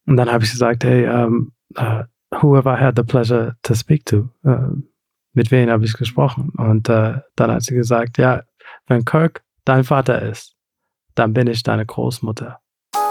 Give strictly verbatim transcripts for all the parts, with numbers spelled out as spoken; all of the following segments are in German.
Und dann habe ich gesagt, hey, um, uh, who have I had the pleasure to speak to? Uh, mit wem habe ich gesprochen? Und uh, dann hat sie gesagt, ja, wenn Kirk dein Vater ist, dann bin ich deine Großmutter.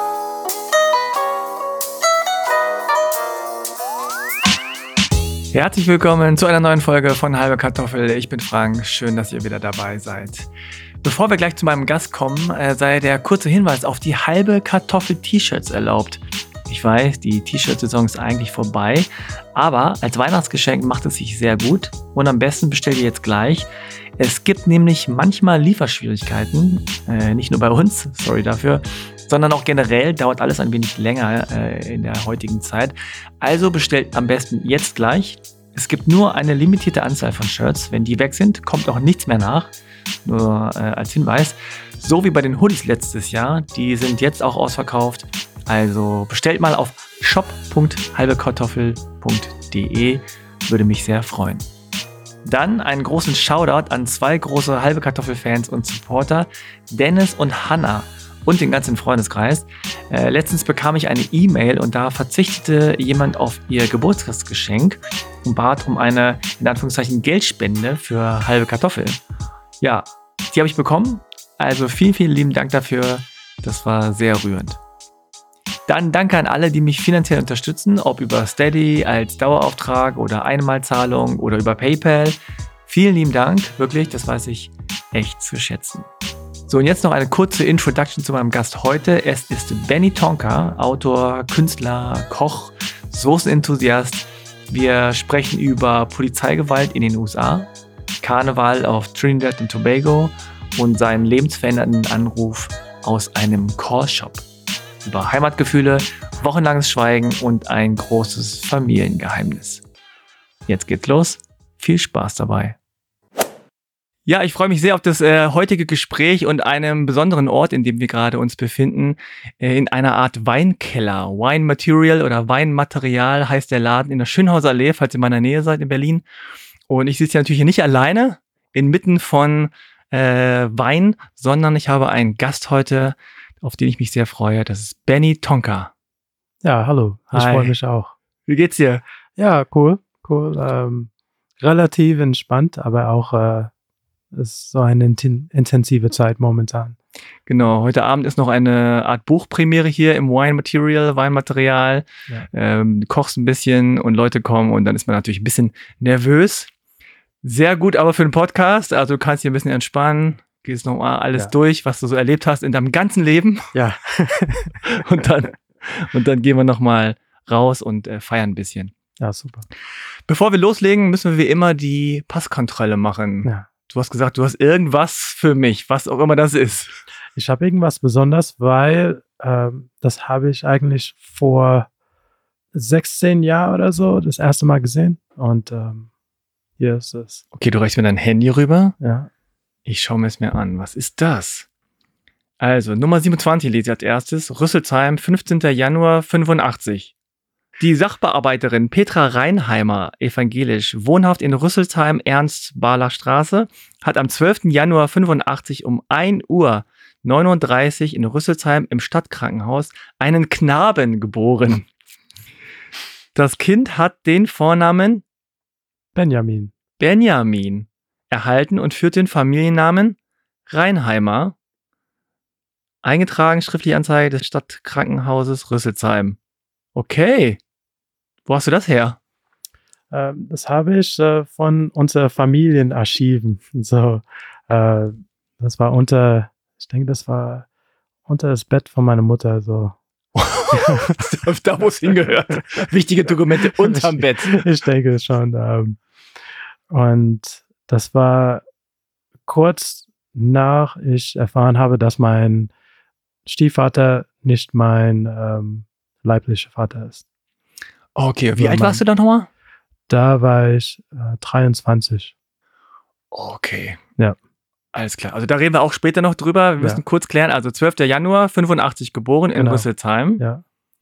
Herzlich willkommen zu einer neuen Folge von Halbe Kartoffel. Ich bin Frank, schön, dass ihr wieder dabei seid. Bevor wir gleich zu meinem Gast kommen, äh, sei der kurze Hinweis auf die Halbe Kartoffel T-Shirts erlaubt. Ich weiß, die T-Shirt-Saison ist eigentlich vorbei, aber als Weihnachtsgeschenk macht es sich sehr gut und am besten bestellt ihr jetzt gleich. Es gibt nämlich manchmal Lieferschwierigkeiten, äh, nicht nur bei uns, sorry dafür, sondern auch generell dauert alles ein wenig länger äh, in der heutigen Zeit. Also bestellt am besten jetzt gleich. Es gibt nur eine limitierte Anzahl von Shirts. Wenn die weg sind, kommt auch nichts mehr nach. Nur äh, als Hinweis. So wie bei den Hoodies letztes Jahr. Die sind jetzt auch ausverkauft. Also bestellt mal auf shop punkt halbekartoffel punkt de. Würde mich sehr freuen. Dann einen großen Shoutout an zwei große Halbe-Kartoffel-Fans und Supporter, Dennis und Hannah und den ganzen Freundeskreis. Äh, letztens bekam ich eine E-Mail und da verzichtete jemand auf ihr Geburtstagsgeschenk und bat um eine, in Anführungszeichen, Geldspende für Halbe Kartoffel. Ja, die habe ich bekommen. Also vielen, vielen lieben Dank dafür. Das war sehr rührend. Dann danke an alle, die mich finanziell unterstützen, ob über Steady als Dauerauftrag oder Einmalzahlung oder über PayPal. Vielen lieben Dank, wirklich, das weiß ich echt zu schätzen. So, und jetzt noch eine kurze Introduction zu meinem Gast heute. Es ist Benny Tonka, Autor, Künstler, Koch, Soßenenthusiast. Wir sprechen über Polizeigewalt in den U S A, Karneval auf Trinidad und Tobago und seinen lebensverändernden Anruf aus einem Callshop. Über Heimatgefühle, wochenlanges Schweigen und ein großes Familiengeheimnis. Jetzt geht's los. Viel Spaß dabei. Ja, ich freue mich sehr auf das äh, heutige Gespräch und einem besonderen Ort, in dem wir gerade uns befinden, äh, in einer Art Weinkeller. Wine Material oder Weinmaterial heißt der Laden in der Schönhauser Allee, falls ihr in meiner Nähe seid in Berlin. Und ich sitze hier natürlich hier nicht alleine inmitten von äh, Wein, sondern ich habe einen Gast heute, auf den ich mich sehr freue. Das ist Benny Tonka. Ja, hallo. Ich freue mich auch. Wie geht's dir? Ja, cool, cool. Ähm, relativ entspannt, aber auch äh, ist so eine inten- intensive Zeit momentan. Genau, heute Abend ist noch eine Art Buchpremiere hier im Wine Material, Weinmaterial. Ja. Ähm, du kochst ein bisschen und Leute kommen und dann ist man natürlich ein bisschen nervös. Sehr gut aber für den Podcast, also du kannst dich ein bisschen entspannen. Gehst nochmal alles ja. durch, was du so erlebt hast in deinem ganzen Leben. Ja. und, dann, und dann gehen wir nochmal raus und äh, feiern ein bisschen. Ja, super. Bevor wir loslegen, müssen wir wie immer die Passkontrolle machen. Ja. Du hast gesagt, du hast irgendwas für mich, was auch immer das ist. Ich habe irgendwas Besonderes, weil ähm, das habe ich eigentlich vor sechzehn Jahren oder so das erste Mal gesehen. Und ähm, hier ist es. Okay, du reichst mir dein Handy rüber. Ja. Ich schaue mir es mir an. Was ist das? Also, Nummer siebenundzwanzig lese ich als erstes. Rüsselsheim, fünfzehnten Januar fünfundachtzig. Die Sachbearbeiterin Petra Reinheimer, evangelisch, wohnhaft in Rüsselsheim, Ernst-Barlach-Straße, hat am zwölften Januar fünfundachtzig um ein Uhr neununddreißig in Rüsselsheim im Stadtkrankenhaus einen Knaben geboren. Das Kind hat den Vornamen Benjamin. Benjamin erhalten und führt den Familiennamen Reinheimer. Eingetragen, schriftliche Anzeige des Stadtkrankenhauses Rüsselsheim. Okay. Wo hast du das her? Ähm, das habe ich äh, von unseren Familienarchiven. So, äh, das war unter, ich denke, das war unter das Bett von meiner Mutter. So. Da, wo es hingehört. Wichtige Dokumente unterm Bett. Ich denke schon. Ähm, und das war kurz nach ich erfahren habe, dass mein Stiefvater nicht mein ähm, leiblicher Vater ist. Okay, wie alt warst du da nochmal? Da war ich äh, dreiundzwanzig. Okay. Ja. Alles klar. Also da reden wir auch später noch drüber. Wir müssen ja. kurz klären. Also zwölften Januar fünfundachtzig geboren in genau. Rüsselsheim. Ja.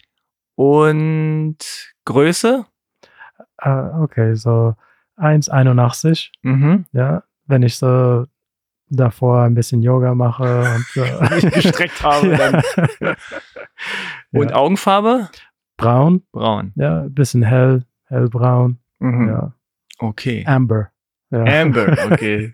Und Größe? Uh, okay, so eins Komma einundachtzig. Mhm. Ja, wenn ich so davor ein bisschen Yoga mache und so. Mich gestreckt habe. Ja. Dann. Und ja. Augenfarbe? braun. Braun. Ja, ein bisschen hell, hellbraun. Mhm. Ja. Okay. Amber. Ja. Amber, okay.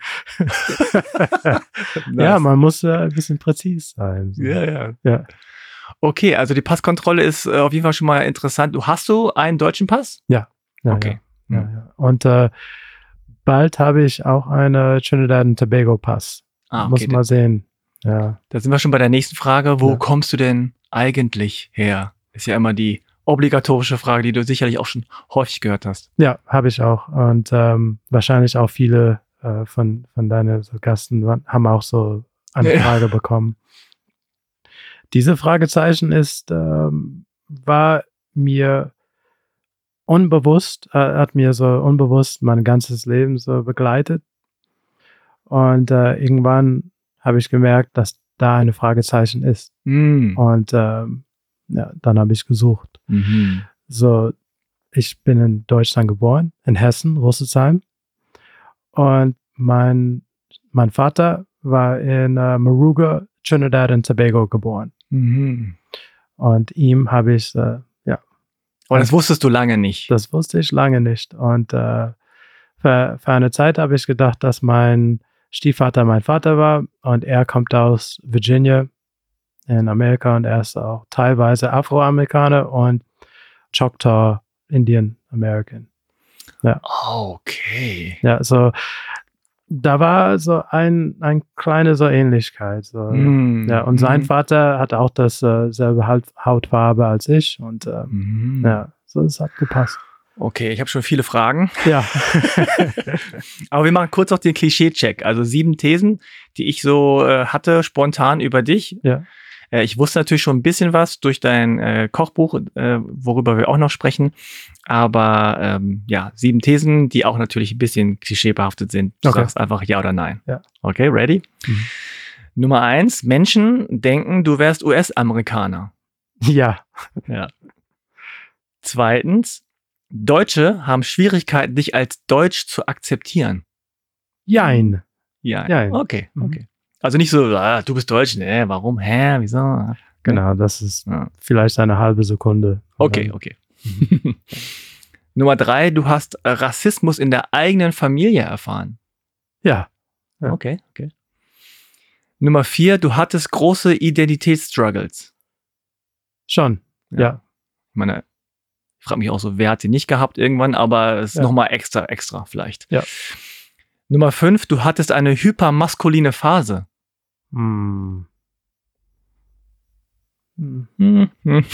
Ja, Nice. man muss äh, ein bisschen präzise sein. So. Ja, ja. Ja. Okay, also die Passkontrolle ist äh, auf jeden Fall schon mal interessant. Du hast du einen deutschen Pass? Ja. Ja, Okay. Ja, ja, ja. Und äh, bald habe ich auch einen Trinidad und Tobago Pass. Ah, Muss okay. mal sehen. Ja. Da sind wir schon bei der nächsten Frage. Wo Ja. kommst du denn eigentlich her? Ist ja immer die obligatorische Frage, die du sicherlich auch schon häufig gehört hast. Ja, habe ich auch. Und ähm, wahrscheinlich auch viele äh, von, von deinen so Gasten haben auch so eine Ja. Frage bekommen. Diese Fragezeichen ist, ähm, war mir unbewusst, äh, hat mir so unbewusst mein ganzes Leben so begleitet. Und äh, irgendwann habe ich gemerkt, dass da eine Fragezeichen ist. Mm. Und ähm, ja, dann habe ich gesucht. Mhm. So, ich bin in Deutschland geboren, in Hessen, Rüsselsheim. Und mein, mein Vater war in äh, Moruga, Trinidad und Tobago geboren. Mhm. Und ihm habe ich, äh, ja. Und das wusstest du lange nicht. Das wusste ich lange nicht. Und äh, für, für eine Zeit habe ich gedacht, dass mein Stiefvater mein Vater war. Und er kommt aus Virginia in Amerika und er ist auch teilweise Afroamerikaner und Choctaw Indian American. Ja. Okay. Ja, so da war so ein, ein kleine so Ähnlichkeit. So. Mm. Ja, und sein Mhm. Vater hat auch dasselbe äh, Hautfarbe als ich und äh, Mhm. ja, so es hat gepasst. Okay, ich habe schon viele Fragen. Ja. Aber wir machen kurz noch den Klischee-Check. Also sieben Thesen, die ich so äh, hatte, spontan über dich. Ja. Äh, ich wusste natürlich schon ein bisschen was durch dein äh, Kochbuch, äh, worüber wir auch noch sprechen. Aber ähm, ja, sieben Thesen, die auch natürlich ein bisschen klischeebehaftet sind. Du Okay. sagst einfach ja oder nein. Ja. Okay, ready? Mhm. Nummer eins, Menschen denken, du wärst U S-Amerikaner. Ja. Ja. Zweitens, Deutsche haben Schwierigkeiten, dich als Deutsch zu akzeptieren. Jein. Ja, Jein. okay, Mhm. okay. Also nicht so, ah, du bist Deutsch, ne, warum, hä, wieso? Genau, das ist Ja. vielleicht eine halbe Sekunde. Okay, okay. Nummer drei, du hast äh, Rassismus in der eigenen Familie erfahren. Ja. Ja. Okay, okay. Nummer vier, du hattest große Identitätsstruggles. Schon. Ja. Ja. Ich meine, ich frage mich auch so, wer hat sie nicht gehabt irgendwann, aber es ist Ja. nochmal extra, extra vielleicht. Ja. Nummer fünf, du hattest eine hypermaskuline Phase. Hm. Hm. Hm, hm.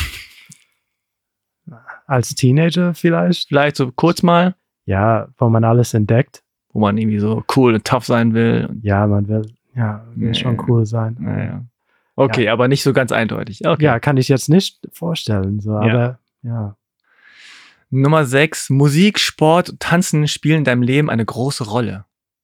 Als Teenager vielleicht? Vielleicht so kurz mal, Ja, wo man alles entdeckt. wo man irgendwie so cool und tough sein will. Und, Ja, man will, ja, will Nee. schon cool sein. naja. Okay, aber nicht so ganz eindeutig. Okay. Ja, kann ich jetzt nicht vorstellen, so, Ja. aber ja. Nummer sechs, Musik, Sport, und Tanzen spielen in deinem Leben eine große Rolle.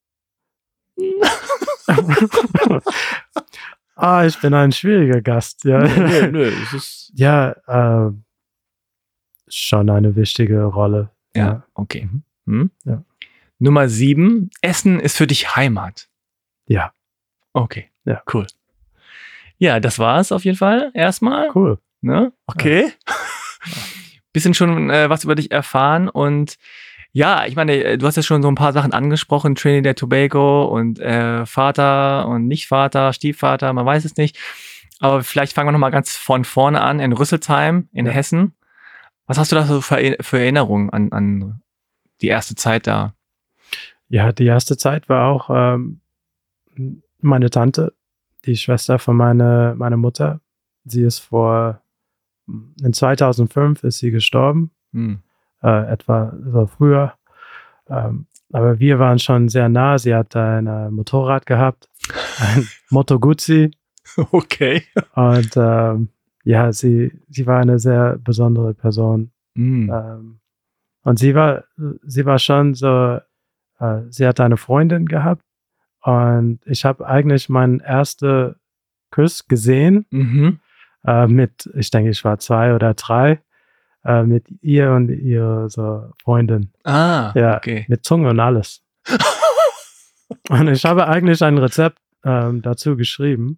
Ah, ich bin ein schwieriger Gast, ja. nö, nö, es ist, Ja, äh, schon eine wichtige Rolle. ja, okay. Mhm. Hm? Ja. Nummer sieben, Essen ist für dich Heimat. Ja, Okay, Ja. cool. Ja, das war's auf jeden Fall erstmal. cool. Ne? Okay. Bisschen schon äh, was über dich erfahren und ja, ich meine, äh, du hast ja schon so ein paar Sachen angesprochen, Trinidad Tobago und äh, Vater und Nicht-Vater, Stiefvater, man weiß es nicht. Aber vielleicht fangen wir nochmal ganz von vorne an, in Rüsselsheim in Ja. Hessen. Was hast du da so für, für Erinnerungen an, an die erste Zeit da? Ja, die erste Zeit war auch ähm, meine Tante, die Schwester von meiner, meiner Mutter. Sie ist vor, in zweitausendfünf ist sie gestorben, Hm. äh, etwa so früher. Ähm, aber wir waren schon sehr nah. Sie hat ein äh, Motorrad gehabt, ein Moto Guzzi. Okay. Und ähm, ja, sie, sie war eine sehr besondere Person. Hm. Ähm, und sie war, sie war schon so, äh, sie hat eine Freundin gehabt und ich habe eigentlich meinen ersten Kuss gesehen Mhm. äh, mit, ich denke, ich war zwei oder drei, äh, mit ihr und ihrer so Freundin. Ah, Ja, okay. mit Zunge und alles. Und ich habe eigentlich ein Rezept ähm, dazu geschrieben.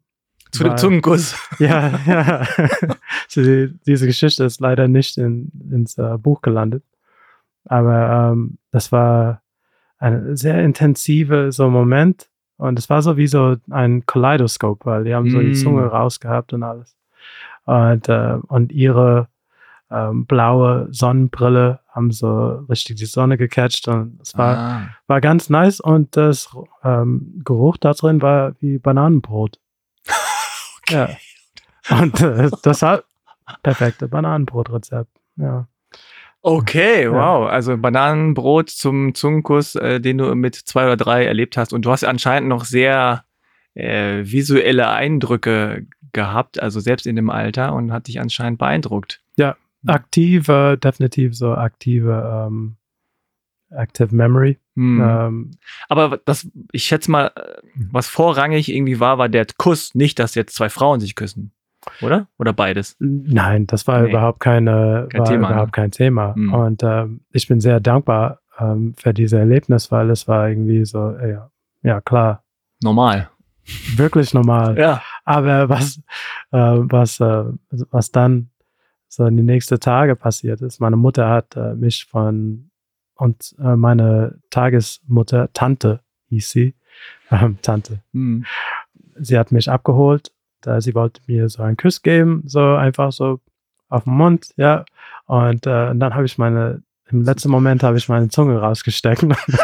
Zu dem Weil- Zungenkuss. Ja, ja. Sie, diese Geschichte ist leider nicht in, ins äh, Buch gelandet. Aber ähm, das war ein sehr intensive so Moment. Und es war so wie so ein Kaleidoskop, weil die haben so die Mm. Zunge rausgehabt und alles. Und, äh, und ihre ähm, blaue Sonnenbrille haben so richtig die Sonne gecatcht. Und es war, Ah. war ganz nice. Und das ähm, Geruch da drin war wie Bananenbrot. Ja. Und äh, das hat perfekte Bananenbrotrezept. Ja. Okay, Ja. wow. Also Bananenbrot zum Zungenkuss, äh, den du mit zwei oder drei erlebt hast. Und du hast anscheinend noch sehr äh, visuelle Eindrücke gehabt, also selbst in dem Alter, und hat dich anscheinend beeindruckt. Ja, aktive, definitiv so aktive ähm, Active Memory. Hm. Ähm, Aber das, ich schätze mal, äh, was vorrangig irgendwie war, war der Kuss, nicht, dass jetzt zwei Frauen sich küssen. Oder? Oder beides? nein, das war Nee. überhaupt keine, Kein war Thema, überhaupt kein Thema. Hm. Und ähm, ich bin sehr dankbar ähm, für dieses Erlebnis, weil es war irgendwie so, äh, ja, ja klar, Normal. wirklich normal. Ja. Aber was, äh, was, äh, was dann so in die nächsten Tage passiert ist, meine Mutter hat äh, mich von, und äh, meine Tagesmutter, Tante hieß sie, ähm, Tante, Hm. sie hat mich abgeholt, da sie wollte mir so einen Kuss geben, so einfach so auf den Mund, ja, und, äh, und dann habe ich meine, im letzten Moment habe ich meine Zunge rausgesteckt.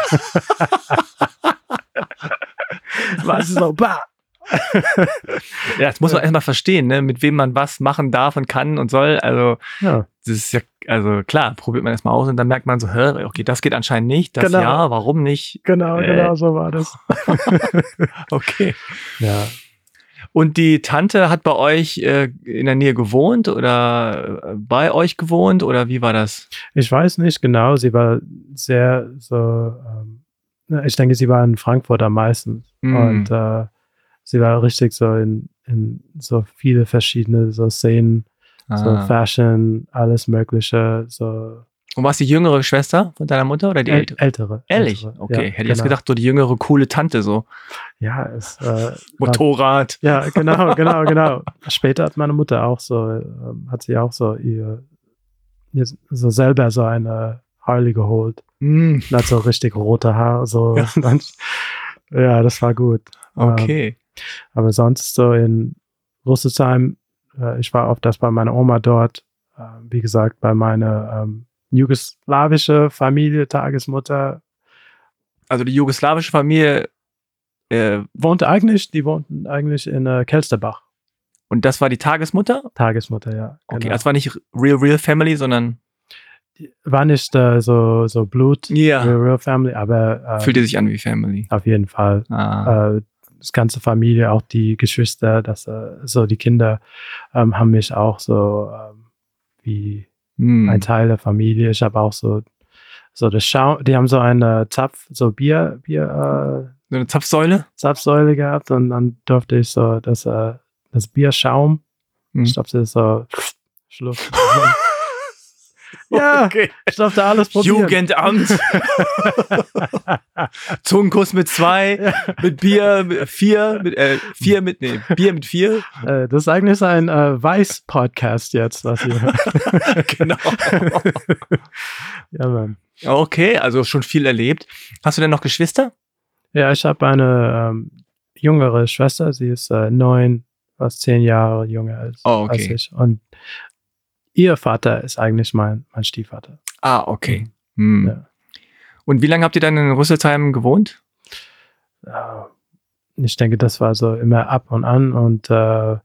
War sie so, bah! Ja, das muss man erstmal verstehen, ne? Mit wem man was machen darf und kann und soll. Also, Ja, das ist ja, also klar, probiert man erstmal aus und dann merkt man so, hä, okay, das geht anscheinend nicht, das Genau. ja, warum nicht? genau, Äh. genau so war das. Okay. Ja, Und die Tante hat bei euch äh, in der Nähe gewohnt oder äh, bei euch gewohnt oder wie war das? ich weiß nicht genau, sie war sehr so, ähm, ich denke, sie war in Frankfurt am meisten. Mm. Und äh, sie war richtig so in, in so viele verschiedene so Szenen, so Ah. Fashion, alles Mögliche, so Und warst die jüngere Schwester von deiner Mutter oder die äl ältere? ältere. Ehrlich? ältere. Okay, Ja, hätte ich jetzt genau. gedacht, so die jüngere, coole Tante so. Ja, es äh, war, Motorrad. ja, genau, genau, genau. Später hat meine Mutter auch so, ähm, hat sie auch so ihr, ihr so selber so eine Harley geholt. Mm. Und hat so richtig rote Haare, so. Ja. Dann, ja, das war gut. Ähm, Okay. aber sonst so in Rüsselsheim, äh, ich war oft das bei meiner Oma dort, äh, wie gesagt, bei meiner ähm, jugoslawische Familie, Tagesmutter, Also die jugoslawische Familie, äh, wohnte eigentlich, die wohnten eigentlich in äh, Kelsterbach. und das war die Tagesmutter? Tagesmutter, ja. Okay, genau. das war nicht Real Real Family, sondern Die war nicht äh, so, so Blut, Ja. Real, Real Family, aber äh, fühlte sich an wie Family. auf jeden Fall. Ah. Äh, das ganze Familie, auch die Geschwister, das, äh, so die Kinder ähm, haben mich auch so ähm, wie Hm. ein Teil der Familie. Ich habe auch so, so das Schaum, die haben so eine Zapf, so Bier, Bier, So eine Zapfsäule? äh, Zapfsäule gehabt und dann durfte ich so das, äh, das Bierschaum, Hm. ich durfte so schlucken. Ja, Okay. ich durfte alles probieren. Jugendamt. Zungenkuss mit zwei, Ja. mit Bier, mit vier, mit äh, vier mit, nee, Bier mit vier. Äh, das ist eigentlich so ein äh, Weiß-Podcast jetzt, was ihr hört. Genau. Ja, Mann. Okay, also schon viel erlebt. Hast du denn noch Geschwister? Ja, ich habe eine ähm, jüngere Schwester, sie ist äh, neun, fast zehn Jahre jünger als, Oh, okay. als ich. Und ihr Vater ist eigentlich mein, mein Stiefvater. Ah, okay. Hm. Ja. Und wie lange habt ihr dann in Rüsselsheim gewohnt? Ja, ich denke, das war so immer ab und an und äh,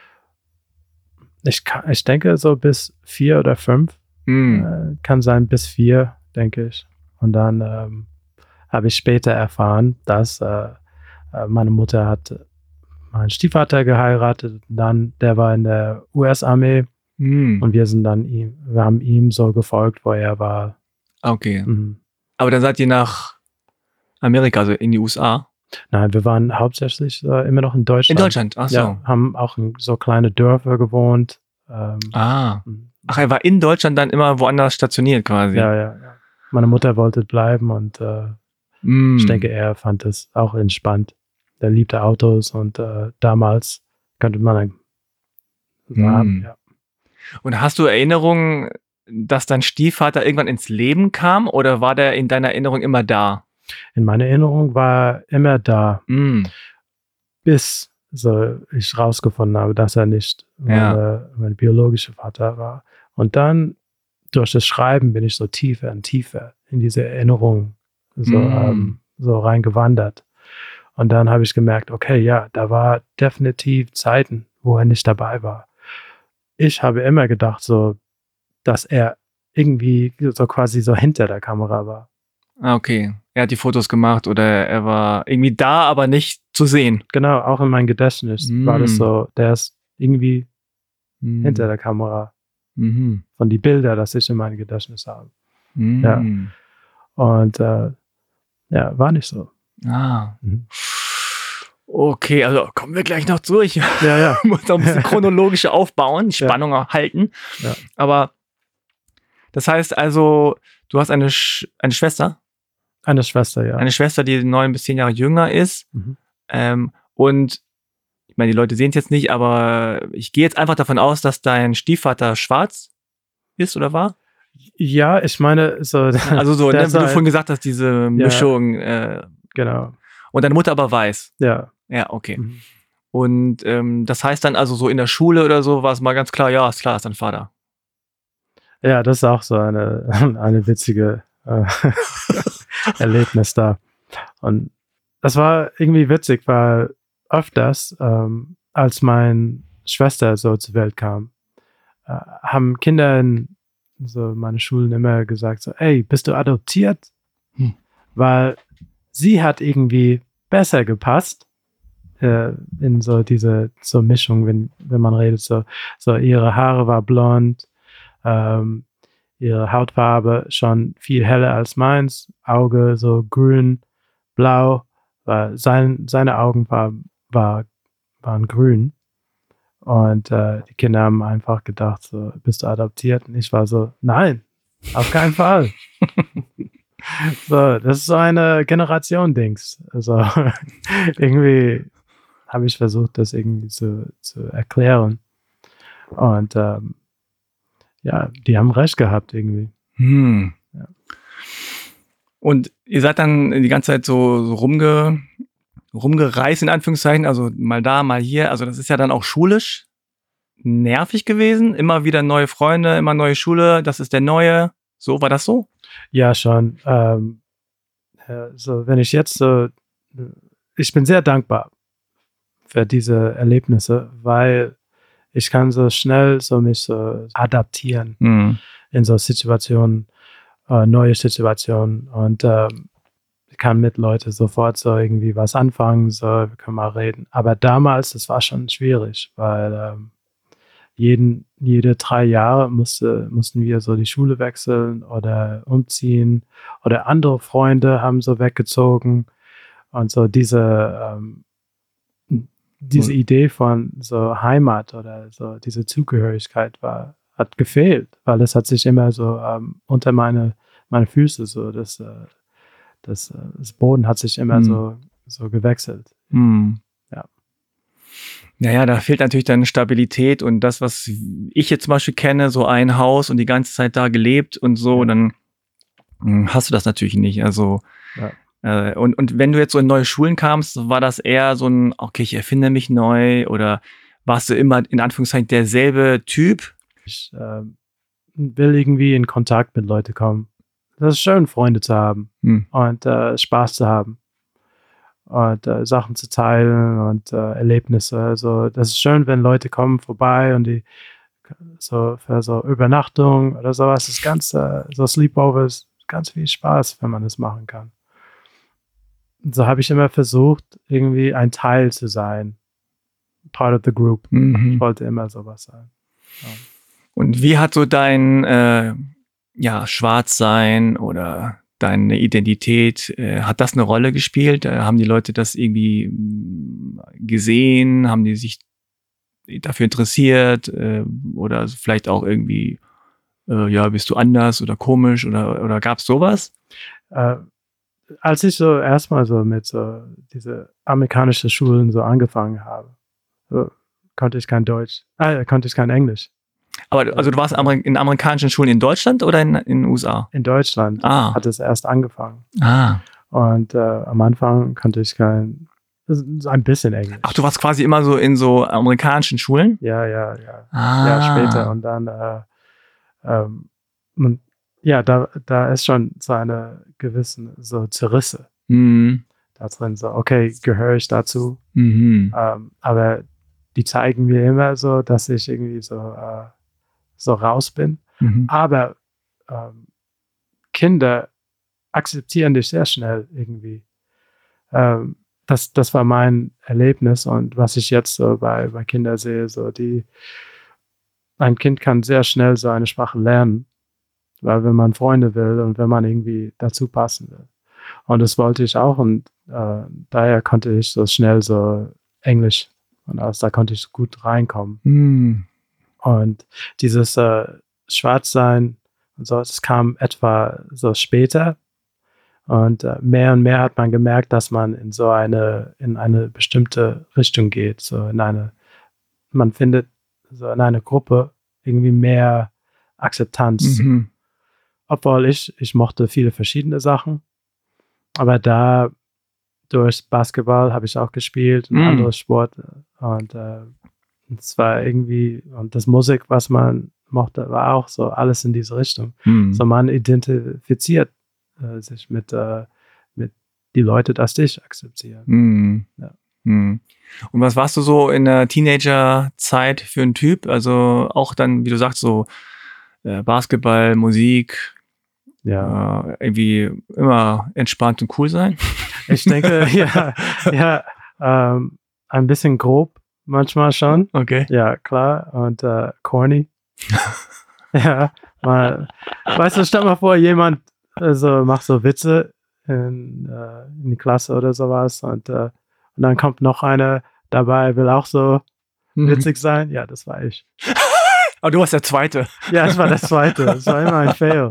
ich, kann, ich denke so bis vier oder fünf. Hm. Äh, kann sein bis vier, denke ich. Und dann ähm, habe ich später erfahren, dass äh, äh, meine Mutter hat meinen Stiefvater geheiratet. Dann, der war in der U S-Armee Hm. und wir sind dann ihm, wir haben ihm so gefolgt, wo er war. Okay. Mhm. Aber dann seid ihr nach Amerika, also in die U S A? Nein, wir waren hauptsächlich äh, immer noch in Deutschland. In Deutschland, ach so. Ja, haben auch in so kleine Dörfer gewohnt. Ähm, Ah. mhm. Ach, er war in Deutschland dann immer woanders stationiert quasi. Ja, ja, ja. Meine Mutter wollte bleiben und äh, Hm. ich denke, er fand es auch entspannt. Er liebte Autos und äh, damals könnte man dann so Hm. haben, ja. Und hast du Erinnerungen, dass dein Stiefvater irgendwann ins Leben kam oder war der in deiner Erinnerung immer da? In meiner Erinnerung war er immer da, Hm. bis so ich rausgefunden habe, dass er nicht Ja. meine, mein biologischer Vater war. Und dann durch das Schreiben bin ich so tiefer und tiefer in diese Erinnerung so, Mm. ähm, so reingewandert. Und dann habe ich gemerkt, okay, ja, da war definitiv Zeiten, wo er nicht dabei war. Ich habe immer gedacht, so, dass er irgendwie so quasi so hinter der Kamera war. Ah, okay. Er hat die Fotos gemacht oder er war irgendwie da, aber nicht zu sehen. Genau, auch in meinem Gedächtnis war das Mm. so, der ist irgendwie Mm. hinter der Kamera Mhm. von die Bilder, das ich in meinem Gedächtnis habe. Mm. Ja. Und äh, ja, war nicht so. Ah. Mhm. Okay, also kommen wir gleich noch durch. Ja, ja. Muss auch ein bisschen chronologisch aufbauen, die Ja. Spannung auch halten. Ja. Aber das heißt also, du hast eine, Sch eine Schwester, Eine Schwester, ja. eine Schwester, die neun bis zehn Jahre jünger ist. Mhm. Ähm, und ich meine, die Leute sehen es jetzt nicht, aber ich gehe jetzt einfach davon aus, dass dein Stiefvater schwarz ist oder war. Ja, ich meine, so. Also so, der ne, ist wie du halt- vorhin gesagt hast, diese Mischung. Äh, Genau. und deine Mutter aber weiß. Ja. Ja, okay. Mhm. Und ähm, das heißt dann also so in der Schule oder so war es mal ganz klar, ja, ist klar, ist dein Vater. Ja, das ist auch so eine, eine witzige äh, Erlebnis da. Und das war irgendwie witzig, weil öfters, ähm, als meine Schwester so zur Welt kam, äh, haben Kinder in so meine Schulen immer gesagt so, ey, bist du adoptiert? Hm. Weil sie hat irgendwie besser gepasst äh, in so diese so Mischung, wenn, wenn man redet, so, so ihre Haare war blond, ähm, ihre Hautfarbe schon viel heller als meins, Auge so grün, blau, weil sein, seine Augenfarbe war, waren grün. Und äh, die Kinder haben einfach gedacht, so, bist du adoptiert? Und ich war so, nein, auf keinen Fall. So, das ist so eine Generation-Dings. Also irgendwie habe ich versucht, das irgendwie zu, zu erklären. Und ähm, ja, die haben recht gehabt irgendwie. Hm. Ja. Und ihr seid dann die ganze Zeit so, so rumge, rumgereist, in Anführungszeichen, also mal da, mal hier. Also das ist ja dann auch schulisch nervig gewesen. Immer wieder neue Freunde, immer neue Schule, das ist der Neue. So, war das so? Ja, schon. Ähm, ja, so, wenn ich jetzt so, ich bin sehr dankbar für diese Erlebnisse, weil ich kann so schnell so mich so adaptieren Hm. in so Situationen, äh, neue Situationen und ähm, ich kann mit Leuten sofort so irgendwie was anfangen, so, wir können mal reden. Aber damals, das war schon schwierig, weil ähm, jeden, jede drei Jahre musste, mussten wir so die Schule wechseln oder umziehen oder andere Freunde haben so weggezogen und so diese, ähm, diese Hm. Idee von so Heimat oder so diese Zugehörigkeit war, hat gefehlt, weil es hat sich immer so ähm, unter meine, meine Füße so, das, äh, das, äh, das Boden hat sich immer Hm. so, so gewechselt. Hm. Ja. Naja, da fehlt natürlich dann Stabilität und das, was ich jetzt zum Beispiel kenne, so ein Haus und die ganze Zeit da gelebt und so, Ja. dann hm, hast du das natürlich nicht. Also Ja. äh, und, und wenn du jetzt so in neue Schulen kamst, war das eher so ein, okay, ich erfinde mich neu oder warst du immer in Anführungszeichen derselbe Typ? Ich ähm, will irgendwie in Kontakt mit Leuten kommen. Das ist schön, Freunde zu haben Hm. und äh, Spaß zu haben und äh, Sachen zu teilen und äh, Erlebnisse. Also das ist schön, wenn Leute kommen vorbei und die so für so Übernachtung oder sowas. Das Ganze, so Sleepovers, ganz viel Spaß, wenn man das machen kann. Und so habe ich immer versucht, irgendwie ein Teil zu sein. Part of the group. Ich Mhm. wollte immer sowas sein. Ja. Und wie hat so dein äh, ja, Schwarzsein oder deine Identität, äh, hat das eine Rolle gespielt? Äh, haben die Leute das irgendwie mh, gesehen? Haben die sich dafür interessiert? Äh, oder vielleicht auch irgendwie, äh, ja, bist du anders oder komisch oder, oder gab es sowas? Äh, als ich so erstmal so mit so diese amerikanischen Schulen so angefangen habe, so konnte ich kein Deutsch, äh, konnte ich kein Englisch. Aber du- also du warst Ameri- in amerikanischen Schulen in Deutschland oder in, in den U S A? In Deutschland Ah. hat es erst angefangen. Ah. Und äh, am Anfang konnte ich kein, so ein bisschen Englisch. Ach, du warst quasi immer so in so amerikanischen Schulen? Ja, ja, ja. Ah. Ja, später. Und dann, äh, ähm, und, ja, da, da ist schon so eine gewissen so Zerrisse Mhm. da drin. So, okay, gehöre ich dazu? Mhm. Ähm, aber die zeigen mir immer so, dass ich irgendwie so, äh, so raus bin. Mhm. Aber ähm, Kinder akzeptieren dich sehr schnell irgendwie. Ähm, das, das war mein Erlebnis und was ich jetzt so bei, bei Kindern sehe, so die, ein Kind kann sehr schnell so eine Sprache lernen, weil wenn man Freunde will und wenn man irgendwie dazu passen will. Und das wollte ich auch und äh, daher konnte ich so schnell so Englisch und aus da konnte ich gut reinkommen. Mhm. Und dieses äh, Schwarzsein und so, das kam etwa so später. Und äh, mehr und mehr hat man gemerkt, dass man in so eine, in eine bestimmte Richtung geht. So in eine, man findet so in einer Gruppe irgendwie mehr Akzeptanz. Mhm. Obwohl ich, ich mochte viele verschiedene Sachen. Aber da durch Basketball habe ich auch gespielt, ein Mm. anderes Sport. Und äh, es war irgendwie, und das Musik, was man mochte, war auch so alles in diese Richtung. Mhm. So man identifiziert äh, sich mit, äh, mit die Leute, dass dich akzeptieren. Mhm. Ja. Mhm. Und was warst du so in der Teenagerzeit für ein Typ? Also auch dann, wie du sagst, so äh, Basketball, Musik, Ja, äh, irgendwie immer entspannt und cool sein? ich denke, ja, ja, ähm, ein bisschen grob manchmal schon. Okay. Ja, klar. Und äh, corny. Ja, mal, weißt du, stell mal vor, jemand also, macht so Witze in, äh, in die Klasse oder sowas und, äh, und dann kommt noch einer dabei, will auch so Mhm. witzig sein. Ja, das war ich. Aber du warst der Zweite. Ja, das war das Zweite. Das war immer ein Fail.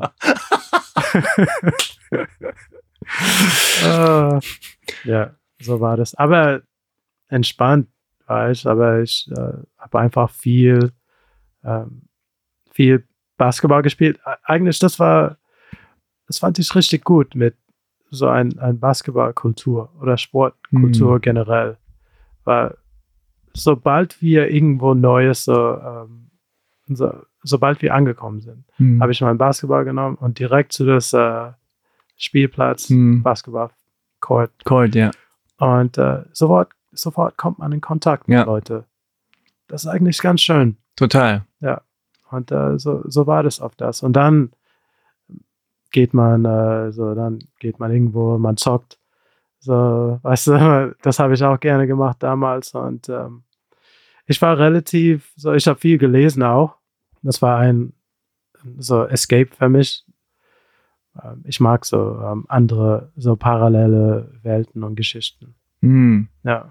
äh, ja, so war das. Aber entspannt war ich, aber ich äh, habe einfach viel, ähm, viel Basketball gespielt. E- Eigentlich, das war, das fand ich richtig gut mit so ein, ein Basketballkultur oder Sportkultur Mhm. generell. Weil sobald wir irgendwo Neues, so, ähm, so, sobald wir angekommen sind, Mhm. habe ich meinen Basketball genommen und direkt zu das äh, Spielplatz, Mhm. Basketball-Court. Cold, ja. Und äh, sofort, sofort kommt man in Kontakt mit Ja. Leuten. Das ist eigentlich ganz schön. Total. Ja. Und äh, so, so war das oft das. Und dann geht man, äh, so, dann geht man irgendwo, man zockt. So, weißt du, das habe ich auch gerne gemacht damals. Und ähm, ich war relativ, so, ich habe viel gelesen auch. Das war ein so Escape für mich. Ähm, ich mag so ähm, andere, so parallele Welten und Geschichten. Mhm. Ja.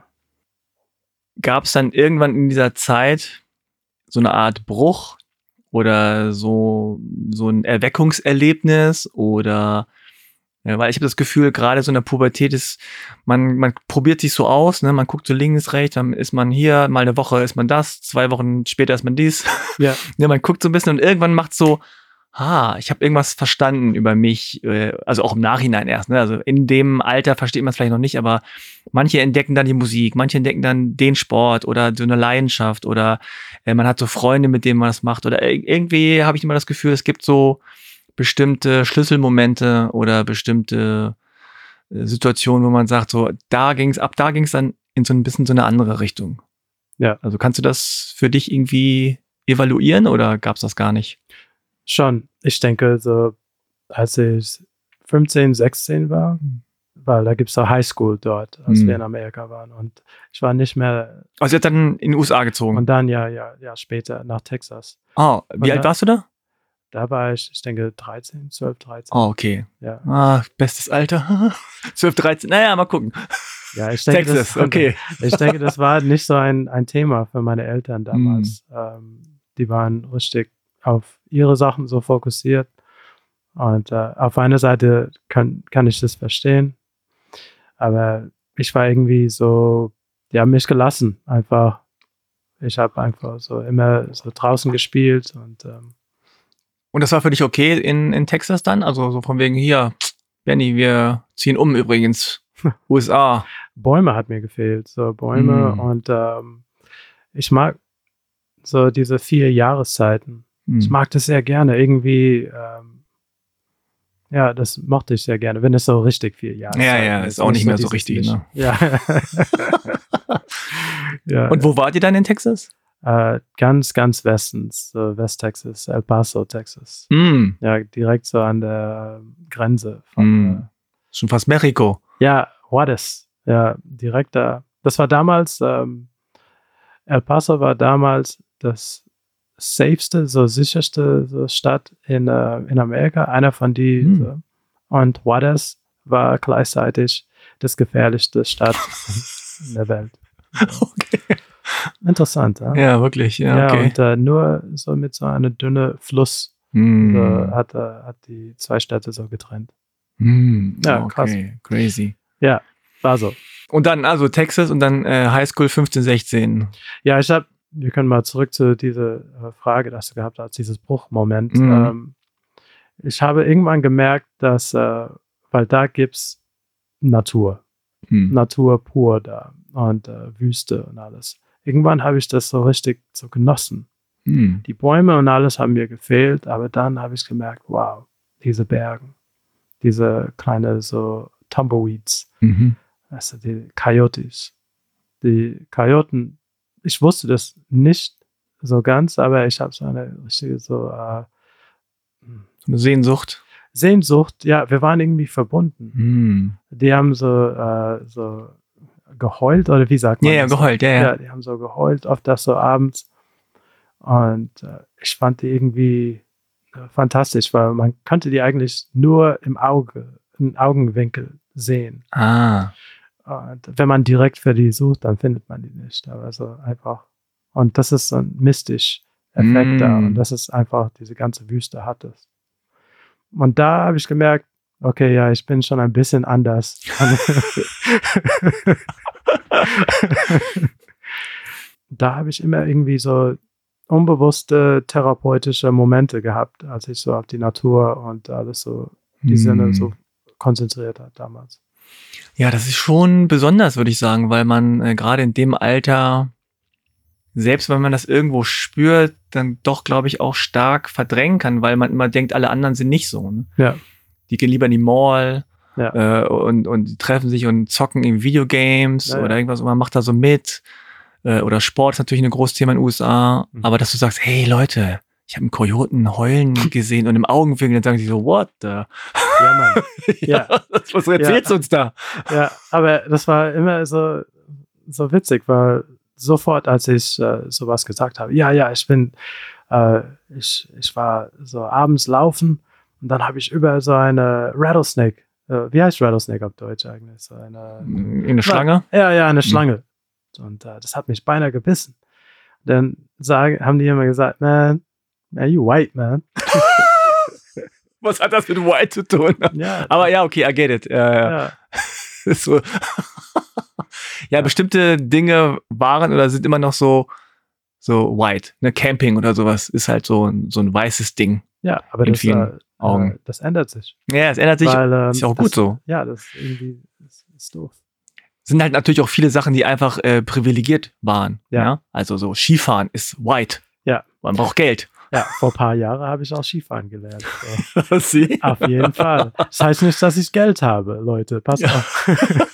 Gab es dann irgendwann in dieser Zeit so eine Art Bruch oder so, so ein Erweckungserlebnis oder ja, weil ich habe das Gefühl, gerade so in der Pubertät ist, man, man probiert sich so aus, ne? Man guckt so links, rechts, dann ist man hier, mal eine Woche ist man das, zwei Wochen später ist man dies. Ja. Ja, man guckt so ein bisschen und irgendwann macht so, ah, ich habe irgendwas verstanden über mich, äh, also auch im Nachhinein erst, ne? Also in dem Alter versteht man es vielleicht noch nicht, aber manche entdecken dann die Musik, manche entdecken dann den Sport oder so eine Leidenschaft oder äh, man hat so Freunde, mit denen man das macht oder ir- irgendwie habe ich immer das Gefühl, es gibt so bestimmte Schlüsselmomente oder bestimmte äh, Situationen, wo man sagt, so da ging's ab, da ging's dann in so ein bisschen so eine andere Richtung. Ja. Also kannst du das für dich irgendwie evaluieren oder gab's das gar nicht? Schon. Ich denke, so als ich fünfzehn, sechzehn war, weil da gibt es auch Highschool dort, als Hm. wir in Amerika waren. Und ich war nicht mehr, Also ihr habt dann in die U S A gezogen. und dann ja, ja, ja, später nach Texas. Oh, wie Und alt da- warst du da? Da war ich, ich denke, dreizehn, zwölf, dreizehn. Oh, okay. Ja. Ah, bestes Alter. zwölf, dreizehn. Naja, mal gucken. Ja, ich denke, Texas, das, okay. ich denke, das war nicht so ein, ein Thema für meine Eltern damals. Mm. Ähm, die waren richtig auf ihre Sachen so fokussiert. Und äh, auf einer Seite kann, kann ich das verstehen. Aber ich war irgendwie so, die haben mich gelassen, einfach ich habe einfach so immer so draußen gespielt und ähm, Und das war für dich okay in, in Texas dann? Also so von wegen hier, Benny, wir ziehen um übrigens. U S A. Bäume hat mir gefehlt, so Bäume Mm. und ähm, ich mag so diese vier Jahreszeiten. Mm. Ich mag das sehr gerne. Irgendwie, ähm, ja, das mochte ich sehr gerne, wenn es so richtig vier Jahreszeiten Ja, ja, ist auch nicht mehr so richtig, ne? Ja. Ja. Und wo wart ihr dann in Texas? Äh, ganz, ganz westens, so West-Texas, El Paso, Texas. Mm. Ja, direkt so an der Grenze von, Mm. äh, Schon fast Mexiko. ja, Juarez. Ja, direkt da. Das war damals, ähm, El Paso war damals das safeste, so sicherste so Stadt in, äh, in Amerika, einer von die. Hm. So. Und Juarez war gleichzeitig das gefährlichste Stadt in der Welt. Okay. Interessant, ja? Ja, wirklich. Ja, Ja, okay. und äh, nur so mit so einem dünnen Fluss Mm. so hat, äh, hat die zwei Städte so getrennt. Mm. Ja, Okay, crazy. Ja, war so. Und dann also Texas und dann äh, Highschool fünfzehn, sechzehn. Ja, ich habe, wir können mal zurück zu dieser äh, Frage, dass du gehabt hast, dieses Bruchmoment. Mhm. Ähm, ich habe irgendwann gemerkt, dass, äh, weil da gibt's Natur, Mm. Natur pur da und äh, Wüste und alles. Irgendwann habe ich das so richtig so genossen. Mm. Die Bäume und alles haben mir gefehlt, aber dann habe ich gemerkt, wow, diese Berge, diese kleine so Tumbleweeds, Mhm. also die Coyotes. Die Kojoten, ich wusste das nicht so ganz, aber ich habe so eine richtige so äh, So eine Sehnsucht. Sehnsucht. Ja, wir waren irgendwie verbunden. Mm. Die haben so, äh, so geheult, oder wie sagt man Ja, ja, das? geheult, ja, ja. Ja, die haben so geheult, oft das so abends. Und äh, ich fand die irgendwie äh, fantastisch, weil man konnte die eigentlich nur im Auge, im Augenwinkel sehen. Ah. Und wenn man direkt für die sucht, dann findet man die nicht. Aber so einfach. Und das ist so ein mystisch Effekt Mm. da. Und das ist einfach, diese ganze Wüste hat es. Und da habe ich gemerkt, okay, ja, ich bin schon ein bisschen anders. Da habe ich immer irgendwie so unbewusste therapeutische Momente gehabt, als ich so auf die Natur und alles so, die Mm. Sinne so konzentriert hat damals. Ja, das ist schon besonders, würde ich sagen, weil man äh, gerade in dem Alter, selbst wenn man das irgendwo spürt, dann doch, glaube ich, auch stark verdrängen kann, weil man immer denkt, alle anderen sind nicht so. Ne? Ja. Die gehen lieber in die Mall Ja. äh, und, und die treffen sich und zocken in Videogames Ja, ja. oder irgendwas und man macht da so mit. Äh, oder Sport ist natürlich ein großes Thema in den U S A. Mhm. Aber dass du sagst, hey Leute, ich habe einen Kojoten heulen gesehen und im Augenwinkel, dann sagen sie so, what the? Ja, Mann. Ja. Was erzählst du Ja. uns da? Ja, aber das war immer so, so witzig, weil sofort, als ich äh, sowas gesagt habe, ja, ja, ich bin, äh, ich, ich war so abends laufen und dann habe ich über so eine Rattlesnake, äh, wie heißt Rattlesnake auf Deutsch eigentlich? So eine, In eine Schlange? Ja, ja, eine Schlange. Und äh, das hat mich beinahe gebissen. Dann sagen, haben die immer gesagt, man, man, you white, man. Was hat das mit White zu tun? Ja, Aber ja, okay, I get it. Ja, ja. ja. Ist so. Ja, bestimmte Dinge waren oder sind immer noch so, so white. Ne? Camping oder sowas ist halt so ein, so ein weißes Ding. Ja, aber In das, vielen äh, Augen. Äh, das ändert sich. Ja, es ändert sich. Weil, ähm, ist ja auch das, gut so. Ja, das irgendwie ist, ist doof. Sind halt natürlich auch viele Sachen, die einfach äh, privilegiert waren. Ja. Ja. Also so Skifahren ist white. Ja. Man braucht Geld. Ja, vor ein paar Jahren habe ich auch Skifahren gelernt. So. Sie? Auf jeden Fall. Das heißt nicht, dass ich Geld habe, Leute. Passt Ja. auf.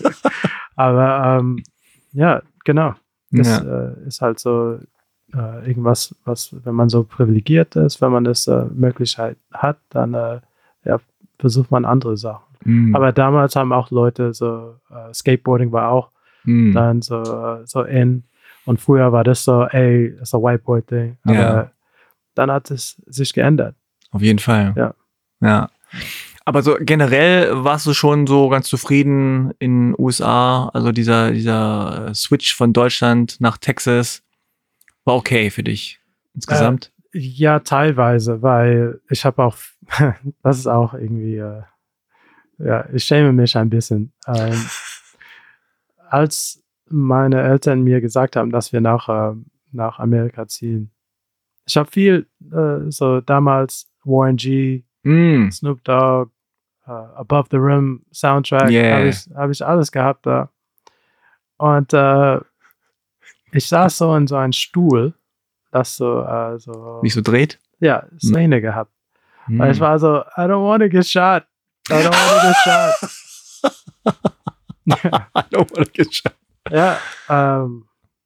Aber ähm, ja, genau. Das Ja. äh, ist halt so äh, irgendwas, was, wenn man so privilegiert ist, wenn man das äh, Möglichkeit hat, dann äh, ja, versucht man andere Sachen. Mm. Aber damals haben auch Leute so, äh, Skateboarding war auch Mm. dann so, äh, so in. Und früher war das so, ey, das ist ein White Boy Thing. Aber Ja. dann hat es sich geändert. Auf jeden Fall. Ja. Ja. Aber so generell warst du schon so ganz zufrieden in den U S A, also dieser, dieser äh, Switch von Deutschland nach Texas war okay für dich insgesamt? Äh, ja, teilweise, weil ich habe auch, das ist auch irgendwie, äh, ja, ich schäme mich ein bisschen. Ähm, als meine Eltern mir gesagt haben, dass wir nach, äh, nach Amerika ziehen. Ich habe viel, äh, so damals Warren G, Mm. Snoop Dogg, uh, Above the Rim Soundtrack, Yeah. habe ich, hab ich alles gehabt da. Und äh, ich saß so in so einem Stuhl, das so, äh, so Nicht so dreht? ja, Szene gehabt. Mm. Weil ich war so, I don't want to get shot. I don't want to get shot. I don't wanna get shot. Ja, ähm,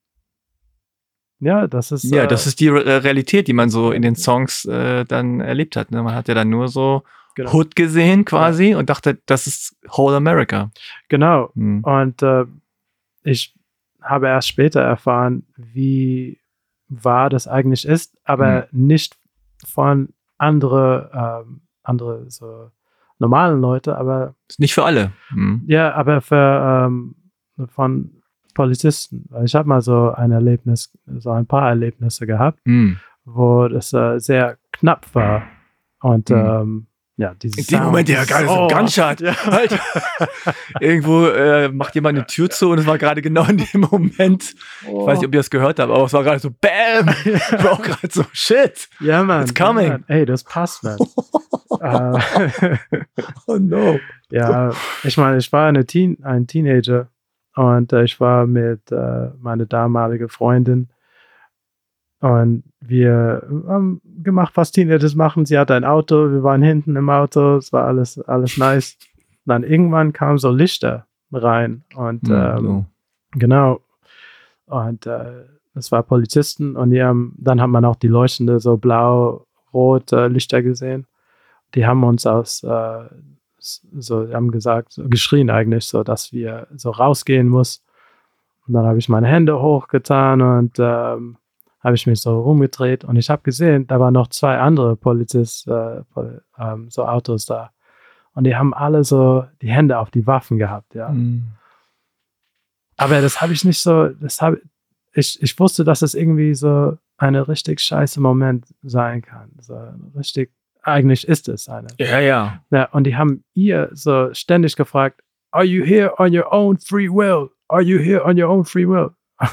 ja, das ist. Ja, äh, das ist die Re Realität, die man so in den Songs äh, dann erlebt hat. Ne? Man hat ja dann nur so genau. Hood gesehen quasi und dachte, das ist Whole America. Genau. Hm. Und äh, ich habe erst später erfahren, wie wahr das eigentlich ist, aber Hm. nicht von andere, ähm, andere so normalen Leute, aber Ist nicht für alle. Hm. ja, aber für ähm, von Polizisten. Ich habe mal so ein Erlebnis, so ein paar Erlebnisse gehabt, Hm. wo das äh, sehr knapp war. Und Hm. ähm, ja, dieses In dem Moment, ja, geil, so ein Gunshot. Ja. Alter. Irgendwo äh, macht jemand eine Tür zu und es war gerade genau in dem Moment. Oh. Ich weiß nicht, ob ihr das gehört habt, aber es war gerade so BAM! Ich war auch gerade so, shit! Ja, Mann. It's coming. Ja, Mann. Ey, das passt, Mann. äh, Oh no. ja, ich meine, ich war eine Teen, ein Teenager und äh, ich war mit äh, meiner damaligen Freundin und wir haben gemacht, was Teenagers machen. Sie hatte ein Auto, wir waren hinten im Auto, es war alles, alles nice. Und dann irgendwann kamen so Lichter rein und Hm, ähm, so. genau. Und äh, es war Polizisten und die haben, dann hat man auch die leuchtende, so blau-rot äh, Lichter gesehen. Die haben uns aus, äh, so, die haben gesagt, so geschrien eigentlich, so, dass wir so rausgehen muss. Und dann habe ich meine Hände hochgetan und ähm, habe ich mich so rumgedreht und ich habe gesehen, da waren noch zwei andere Polizisten, äh, Pol ähm, so Autos da. Und die haben alle so die Hände auf die Waffen gehabt, ja. Hm. Aber das habe ich nicht so, das habe ich, ich wusste, dass es irgendwie so ein richtig scheiße Moment sein kann. So richtig, eigentlich ist es eine. Ja, ja. Ja, und die haben ihr so ständig gefragt, are you here on your own free will? Are you here on your own free will?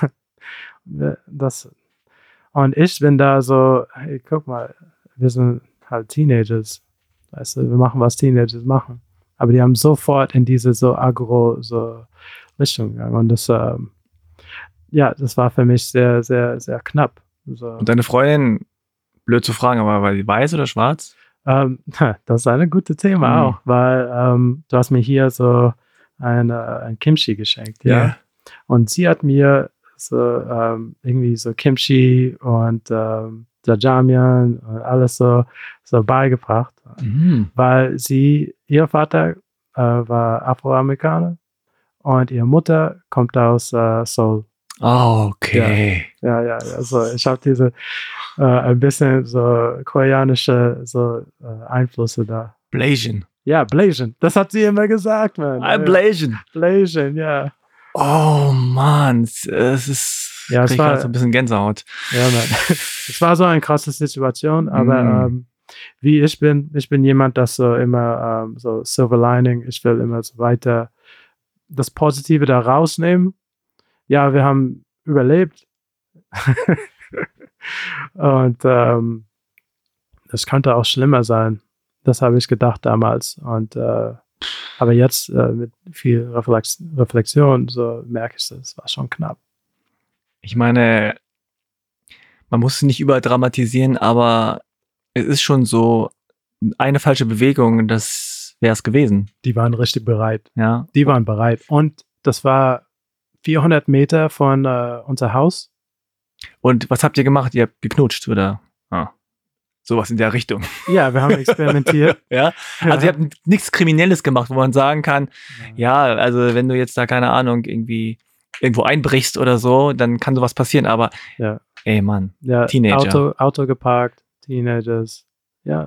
das, und ich bin da so, hey, guck mal, wir sind halt Teenagers. Weißt du, wir machen, was Teenagers machen. Aber die haben sofort in diese so agro, so Richtung gegangen. Und das, ähm, ja, das war für mich sehr, sehr, sehr knapp. So. Und deine Freundin, blöd zu fragen, aber war sie weiß oder schwarz? Ähm, das ist ein gutes Thema Mhm. auch, weil ähm, du hast mir hier so ein, äh, ein Kimchi geschenkt, ja. Ja. Und sie hat mir so ähm, irgendwie so Kimchi und ähm, Jajangmyeon und alles so, so beigebracht, Mhm. weil sie, ihr Vater äh, war Afroamerikaner und ihre Mutter kommt aus äh, Seoul. Oh, okay. Ja, ja, ja. So, ich habe diese äh, ein bisschen so koreanische so äh, Einflüsse da. Blasian. Ja, Blasian. Das hat sie immer gesagt, man. Ah, Blasian. Blasian, ja. Oh Mann, es es ist Ja, es krieg war- grad so ein bisschen Gänsehaut. Ja, man. Es war so eine krasse Situation, aber Mm. ähm, wie ich bin, ich bin jemand, das so immer ähm, so Silver Lining, ich will immer so weiter das Positive da rausnehmen. Ja, wir haben überlebt. Und ähm, das könnte auch schlimmer sein. Das habe ich gedacht damals. Und äh, aber jetzt äh, mit viel Reflex Reflexion so merke ich, das war schon knapp. Ich meine, man muss es nicht überdramatisieren, aber es ist schon so, eine falsche Bewegung, das wäre es gewesen. Die waren richtig bereit. Ja. Die waren bereit. Und das war vierhundert Meter von äh, unser Haus. Und was habt ihr gemacht? Ihr habt geknutscht, oder? Ah. Sowas in der Richtung. Ja, wir haben experimentiert. Ja. Also ihr habt nichts Kriminelles gemacht, wo man sagen kann, ja, also wenn du jetzt da, keine Ahnung, irgendwie irgendwo einbrichst oder so, dann kann sowas passieren. Aber Ja. ey, Mann. Ja, Teenager. Auto, Auto geparkt, Teenagers. Ja.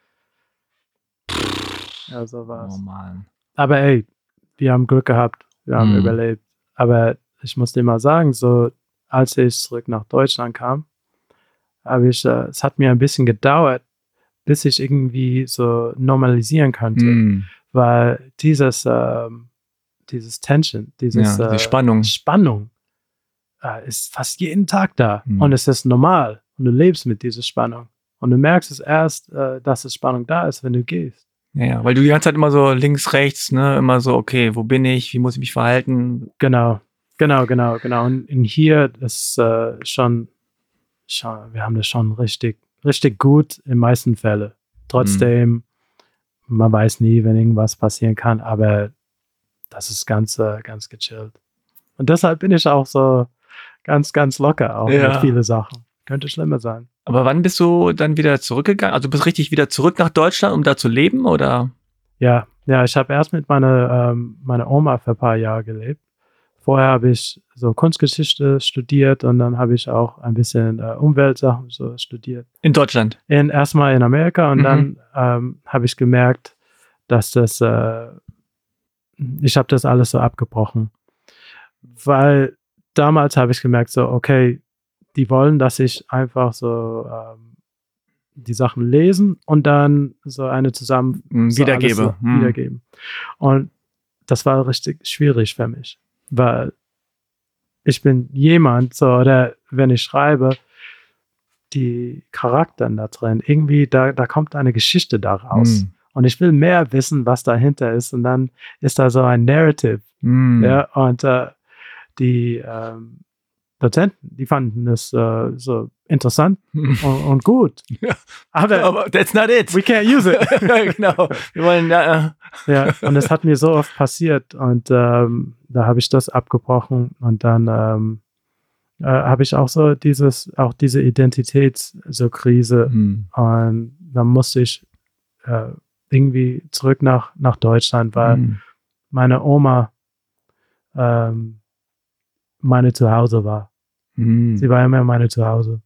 Ja, so Oh war's. Mann. Aber ey, wir haben Glück gehabt. Wir haben Mhm. überlebt. Aber ich muss dir mal sagen, so als ich zurück nach Deutschland kam, habe ich, äh, es hat mir ein bisschen gedauert, bis ich irgendwie so normalisieren konnte. Mhm. Weil dieses, ähm, dieses Tension, dieses Ja, die äh, Spannung. Spannung äh, ist fast jeden Tag da. Mhm. Und es ist normal. Und du lebst mit dieser Spannung. Und du merkst es erst, äh, dass es Spannung da ist, wenn du gehst. Ja, ja, weil du die ganze Zeit immer so links, rechts, ne, immer so, okay, wo bin ich, wie muss ich mich verhalten? Genau, genau, genau, genau. Und in hier ist äh, schon, schon, wir haben das schon richtig, richtig gut in meisten Fällen. Trotzdem, mhm. man weiß nie, wenn irgendwas passieren kann, aber das ist ganz, äh, ganz gechillt. Und deshalb bin ich auch so ganz, ganz locker auch Ja. mit vielen Sachen. Könnte schlimmer sein. Aber wann bist du dann wieder zurückgegangen? Also bist du richtig wieder zurück nach Deutschland, um da zu leben, oder? Ja, ja, ich habe erst mit meiner, ähm, meiner Oma für ein paar Jahre gelebt. Vorher habe ich so Kunstgeschichte studiert und dann habe ich auch ein bisschen äh, Umweltsachen so studiert. In Deutschland? In, erstmal in Amerika und Mhm. dann ähm, habe ich gemerkt, dass das, äh, ich habe das alles so abgebrochen. Weil damals habe ich gemerkt, so, okay, die wollen, dass ich einfach so ähm, die Sachen lesen und dann so eine zusammen so wiedergebe. So hm. wiedergeben. Und das war richtig schwierig für mich, weil ich bin jemand, so, oder wenn ich schreibe, die Charakter da drin, irgendwie, da, da kommt eine Geschichte daraus. Hm. Und ich will mehr wissen, was dahinter ist. Und dann ist da so ein Narrative. Hm. Ja, und äh, die ähm, Dozenten, die fanden es äh, so interessant und, und gut. Ja. Aber, Aber that's not it. We can't use it. Genau. Wir wollen ja. Ja, und es hat mir so oft passiert. Und ähm, da habe ich das abgebrochen. Und dann ähm, äh, habe ich auch so dieses, auch diese Identitäts, so Krise. Hm. Und dann musste ich äh, irgendwie zurück nach, nach Deutschland, weil Hm. meine Oma ähm, meine Zuhause war. Hm. Sie war immer meine Zuhause.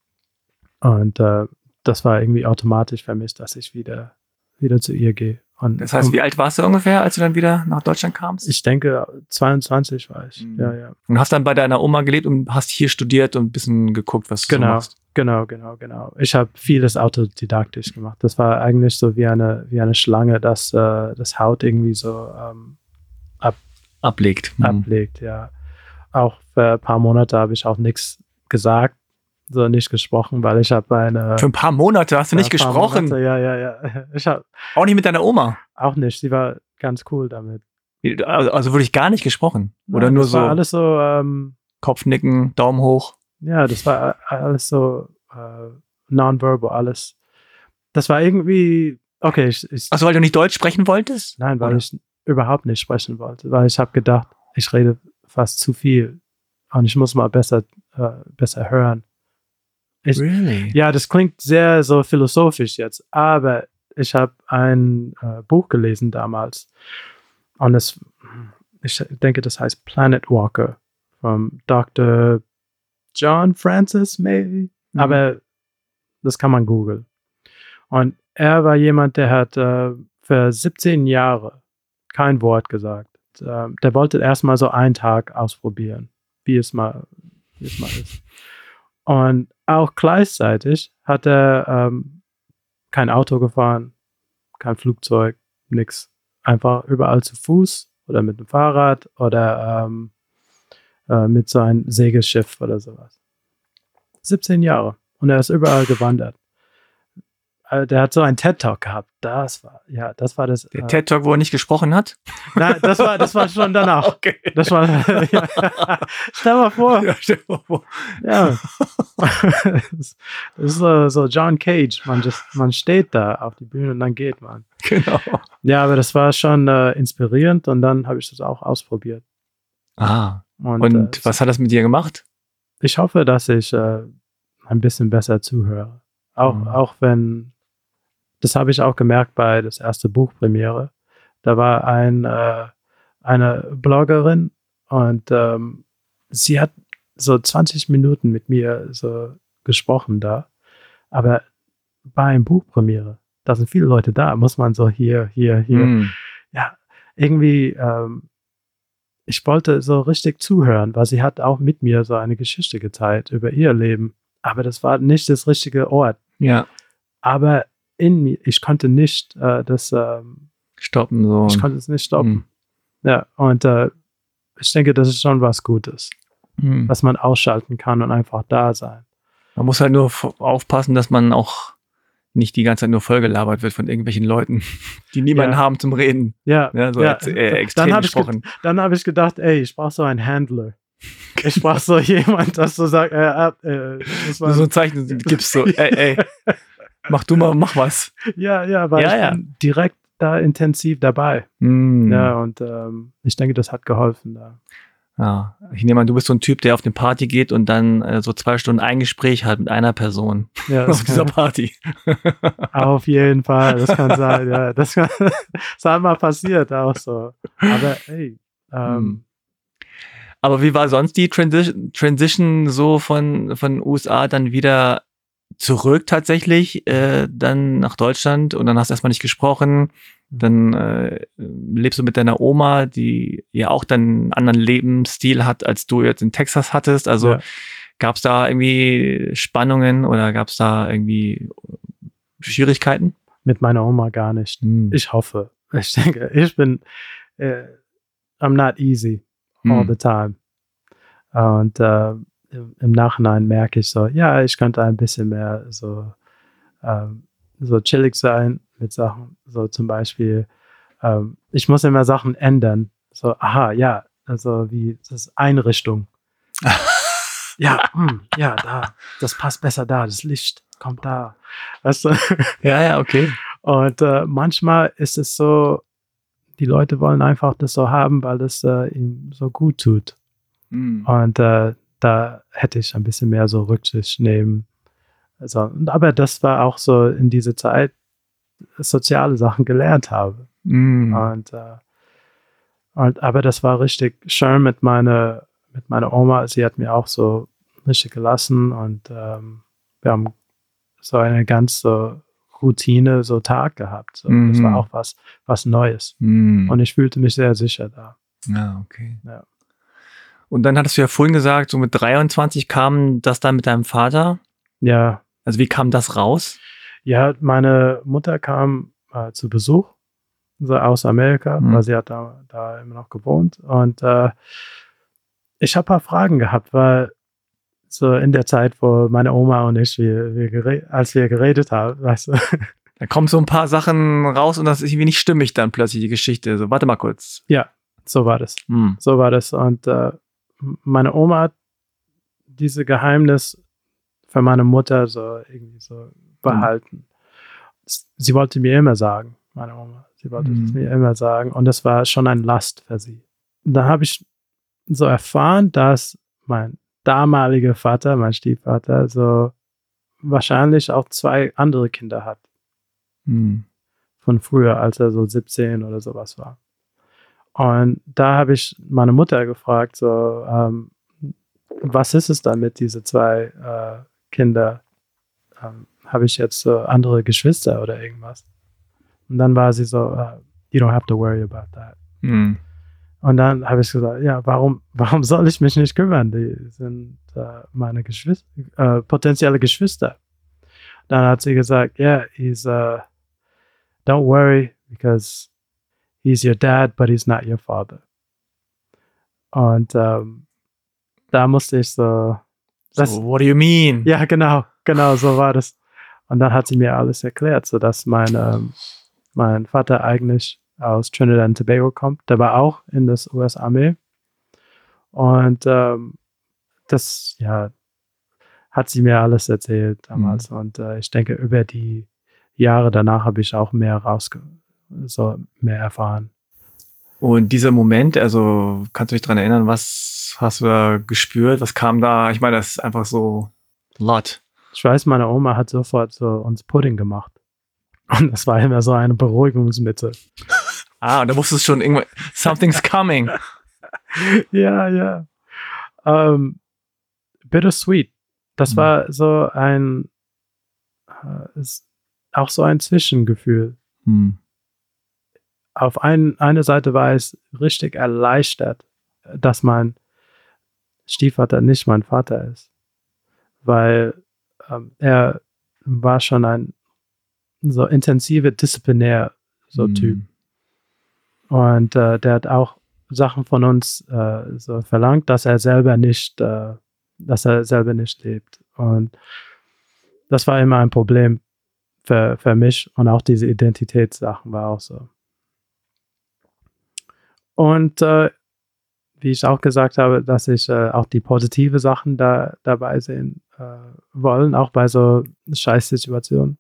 Und äh, das war irgendwie automatisch für mich, dass ich wieder, wieder zu ihr gehe. Und, das heißt, wie alt warst du ungefähr, als du dann wieder nach Deutschland kamst? Ich denke, zweiundzwanzig war ich. Mhm. Ja, ja. Und hast dann bei deiner Oma gelebt und hast hier studiert und ein bisschen geguckt, was du genau, so machst. Genau, genau, genau. Ich habe vieles autodidaktisch gemacht. Das war eigentlich so wie eine, wie eine Schlange, dass äh, das Haut irgendwie so ähm, ab, ablegt. Mhm. ablegt, ja. Auch für ein paar Monate habe ich auch nichts gesagt, so nicht gesprochen, weil ich habe eine... Für ein paar Monate hast du ja, nicht gesprochen? Monate, ja, ja, ja. Ich hab, auch nicht mit deiner Oma? Auch nicht. Sie war ganz cool damit. Also, also wirklich gar nicht gesprochen? Nein, oder nur das so? War alles so... Ähm, Kopfnicken, Daumen hoch? Ja, das war alles so äh, nonverbal, alles. Das war irgendwie... Okay, ich... ich Achso, weil du nicht Deutsch sprechen wolltest? Nein, weil oder? ich überhaupt nicht sprechen wollte. Weil ich habe gedacht, ich rede fast zu viel. Und ich muss mal besser, äh, besser hören. Ich, really? Ja, das klingt sehr so philosophisch jetzt, aber ich habe ein äh, Buch gelesen damals und es, ich denke, das heißt Planet Walker von Doktor John Francis, maybe, mhm. aber das kann man googeln. Und er war jemand, der hat äh, für siebzehn Jahre kein Wort gesagt. Äh, der wollte erstmal so einen Tag ausprobieren, wie es mal, wie es mal ist. Und auch gleichzeitig hat er ähm, kein Auto gefahren, kein Flugzeug, nix. Einfach überall zu Fuß oder mit dem Fahrrad oder ähm, äh, mit so einem Segelschiff oder sowas. siebzehn Jahre. Und er ist überall gewandert. Äh, der hat so einen TED-Talk gehabt. Das war, ja, das war das. Der äh, TED-Talk, wo er nicht gesprochen hat? Nein, das war, das war schon danach. Okay. Das war, ja. Stell mal vor. Ja, stell mal vor. Ja. Das ist so, so John Cage. Man, just, man steht da auf die Bühne und dann geht man. Genau. Ja, aber das war schon äh, inspirierend und dann habe ich das auch ausprobiert. Ah. Und, und äh, was hat das mit dir gemacht? Ich hoffe, dass ich äh, ein bisschen besser zuhöre. Auch, mhm. auch wenn, das habe ich auch gemerkt bei das erste Buchpremiere. Da war ein, äh, eine Bloggerin und ähm, sie hat so zwanzig Minuten mit mir so gesprochen da. Aber bei einem Buchpremiere, da sind viele Leute da, muss man so hier, hier, hier. Mhm. Ja, irgendwie, ähm, ich wollte so richtig zuhören, weil sie hat auch mit mir so eine Geschichte geteilt über ihr Leben. Aber das war nicht das richtige Ort. Ja. Aber in mir, ich konnte nicht äh, das ähm, stoppen. So. Ich konnte es nicht stoppen. Mhm. Ja, und äh, ich denke, das ist schon was Gutes. Hm. dass man ausschalten kann und einfach da sein. Man muss halt nur f- aufpassen, dass man auch nicht die ganze Zeit nur vollgelabert wird von irgendwelchen Leuten, die niemanden Ja. haben zum Reden. Ja, Ja, so ja. ex- äh, extrem dann habe ich, ge- gesprochen. dann hab ich gedacht, ey, ich brauche so einen Handler. Ich brauche so jemand, das so sagt, äh, äh, das So, war, so ein Zeichen gibst so, ey, ey, mach du mal, mach was. ja, ja, weil Ja, ich ja. bin direkt da intensiv dabei. Hm. Ja, und ähm, ich denke, das hat geholfen da. Ja, ich nehme an, du bist so ein Typ, der auf eine Party geht und dann äh, so zwei Stunden ein Gespräch hat mit einer Person Ja, auf das dieser kann, Party. auf jeden Fall, das kann sein, ja. Das, kann, das hat mal passiert auch so. Aber ey, ähm, Hm. Aber wie war sonst die Transition, Transition so von, von U S A dann wieder zurück tatsächlich, äh, dann nach Deutschland und dann hast du erstmal nicht gesprochen, dann äh, lebst du mit deiner Oma, die ja auch dann einen anderen Lebensstil hat, als du jetzt in Texas hattest. Also Ja. gab es da irgendwie Spannungen oder gab es da irgendwie Schwierigkeiten? mit meiner Oma gar nicht. Hm. Ich hoffe. Ich denke, ich bin, äh, I'm not easy all Hm. the time. Und äh, im, im Nachhinein merke ich so, ja, ich könnte ein bisschen mehr so, ähm, so chillig sein mit Sachen. So zum Beispiel, ähm, ich muss immer Sachen ändern. So, aha, ja, also wie das ist Einrichtung. Ja, hm, ja, da, das passt besser da, das Licht kommt da. Weißt du? Ja, ja, okay. Und äh, manchmal ist es so, die Leute wollen einfach das so haben, weil es äh, ihnen so gut tut. Hm. Und äh, da hätte ich ein bisschen mehr so Rücksicht nehmen. Also, und, aber das war auch so in dieser Zeit, soziale Sachen gelernt habe. Hm. Und, äh, und aber das war richtig schön mit meiner mit meiner Oma. Sie hat mir auch so richtig gelassen und ähm, wir haben so eine ganze Routine, so Tag gehabt. So. Das Mhm. war auch was was Neues. Hm. Und ich fühlte mich sehr sicher da. Ja, okay. Ja. Und dann hattest du ja vorhin gesagt, so mit dreiundzwanzig kam das dann mit deinem Vater. Ja, Also wie kam das raus? ja, meine Mutter kam äh, zu Besuch so aus Amerika, Mhm. weil sie hat da, da immer noch gewohnt. Und äh, ich habe ein paar Fragen gehabt, weil so in der Zeit, wo meine Oma und ich, wir, wir gere- als wir geredet haben, weißt du, Da kommen so ein paar Sachen raus und das ist irgendwie nicht stimmig dann plötzlich, die Geschichte. So, warte mal kurz. ja, so war das. Hm. So war das. Und äh, meine Oma hat diese Geheimnis für meine Mutter so irgendwie so behalten. Sie wollte mir immer sagen, meine Oma, sie wollte Mhm. es mir immer sagen und das war schon eine Last für sie. Da habe ich so erfahren, dass mein damaliger Vater, mein Stiefvater, so wahrscheinlich auch zwei andere Kinder hat Hm. von früher, als er so siebzehn oder sowas war. Und da habe ich meine Mutter gefragt, so, ähm, was ist es dann mit diesen zwei äh, Kinder? Ähm, habe ich jetzt so andere Geschwister oder irgendwas? Und dann war sie so, uh, you don't have to worry about that. Hm. Und dann habe ich gesagt, ja, warum, warum soll ich mich nicht kümmern? Die sind äh, meine Geschwister, äh, potenzielle Geschwister. Dann hat sie gesagt, yeah, he's, uh, don't worry, because he's your dad, but he's not your father. Und ähm, da musste ich so, das, So, what do you mean? ja, genau, genau, so war das. Und dann hat sie mir alles erklärt, so dass mein, ähm, mein Vater eigentlich aus Trinidad und Tobago kommt. Der war auch in das U S-Armee. Und ähm, das, ja, hat sie mir alles erzählt damals. Mhm. Und äh, ich denke, über die Jahre danach habe ich auch mehr rausge so mehr erfahren. Und dieser Moment, also kannst du dich dran erinnern, was hast du da gespürt? Was kam da? Ich meine, das ist einfach so lot. Ich weiß, meine Oma hat sofort so uns Pudding gemacht. Und das war immer so eine Beruhigungsmittel. Ah, und da wusstest du schon irgendwann, something's coming. Ja, ja. Ähm, bittersweet. Das Mhm. war so ein, äh, ist auch so ein Zwischengefühl. Hm. Auf ein, eine Seite war es richtig erleichtert, dass mein Stiefvater nicht mein Vater ist. Weil ähm, er war schon ein so intensiver Disziplinär so Hm. Typ. Und äh, der hat auch Sachen von uns äh, so verlangt, dass er selber nicht, äh, dass er selber nicht lebt. Und das war immer ein Problem für, für mich und auch diese Identitätssachen war auch so. Und äh, wie ich auch gesagt habe, dass ich äh, auch die positive Sachen da dabei sehen äh, wollen, auch bei so Scheißsituationen.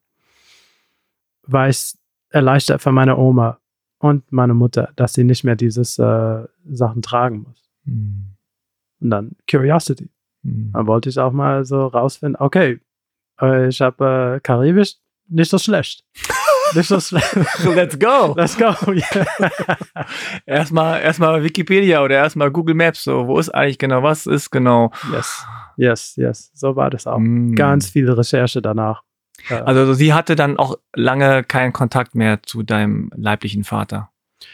War ich erleichtert für meine Oma und meine Mutter, dass sie nicht mehr dieses äh, Sachen tragen muss. Mhm. Und dann Curiosity. Mhm. Dann wollte ich auch mal so rausfinden, okay, äh, ich habe äh, Karibisch, nicht so schlecht. Nicht so schlecht. Let's go. Let's go. Yeah. Erstmal erstmal Wikipedia oder erstmal Google Maps. So, wo ist eigentlich genau, was ist genau? Yes, yes, yes. So war das auch. Mm. Ganz viele Recherche danach. Äh, Also sie hatte dann auch lange keinen Kontakt mehr zu deinem leiblichen Vater.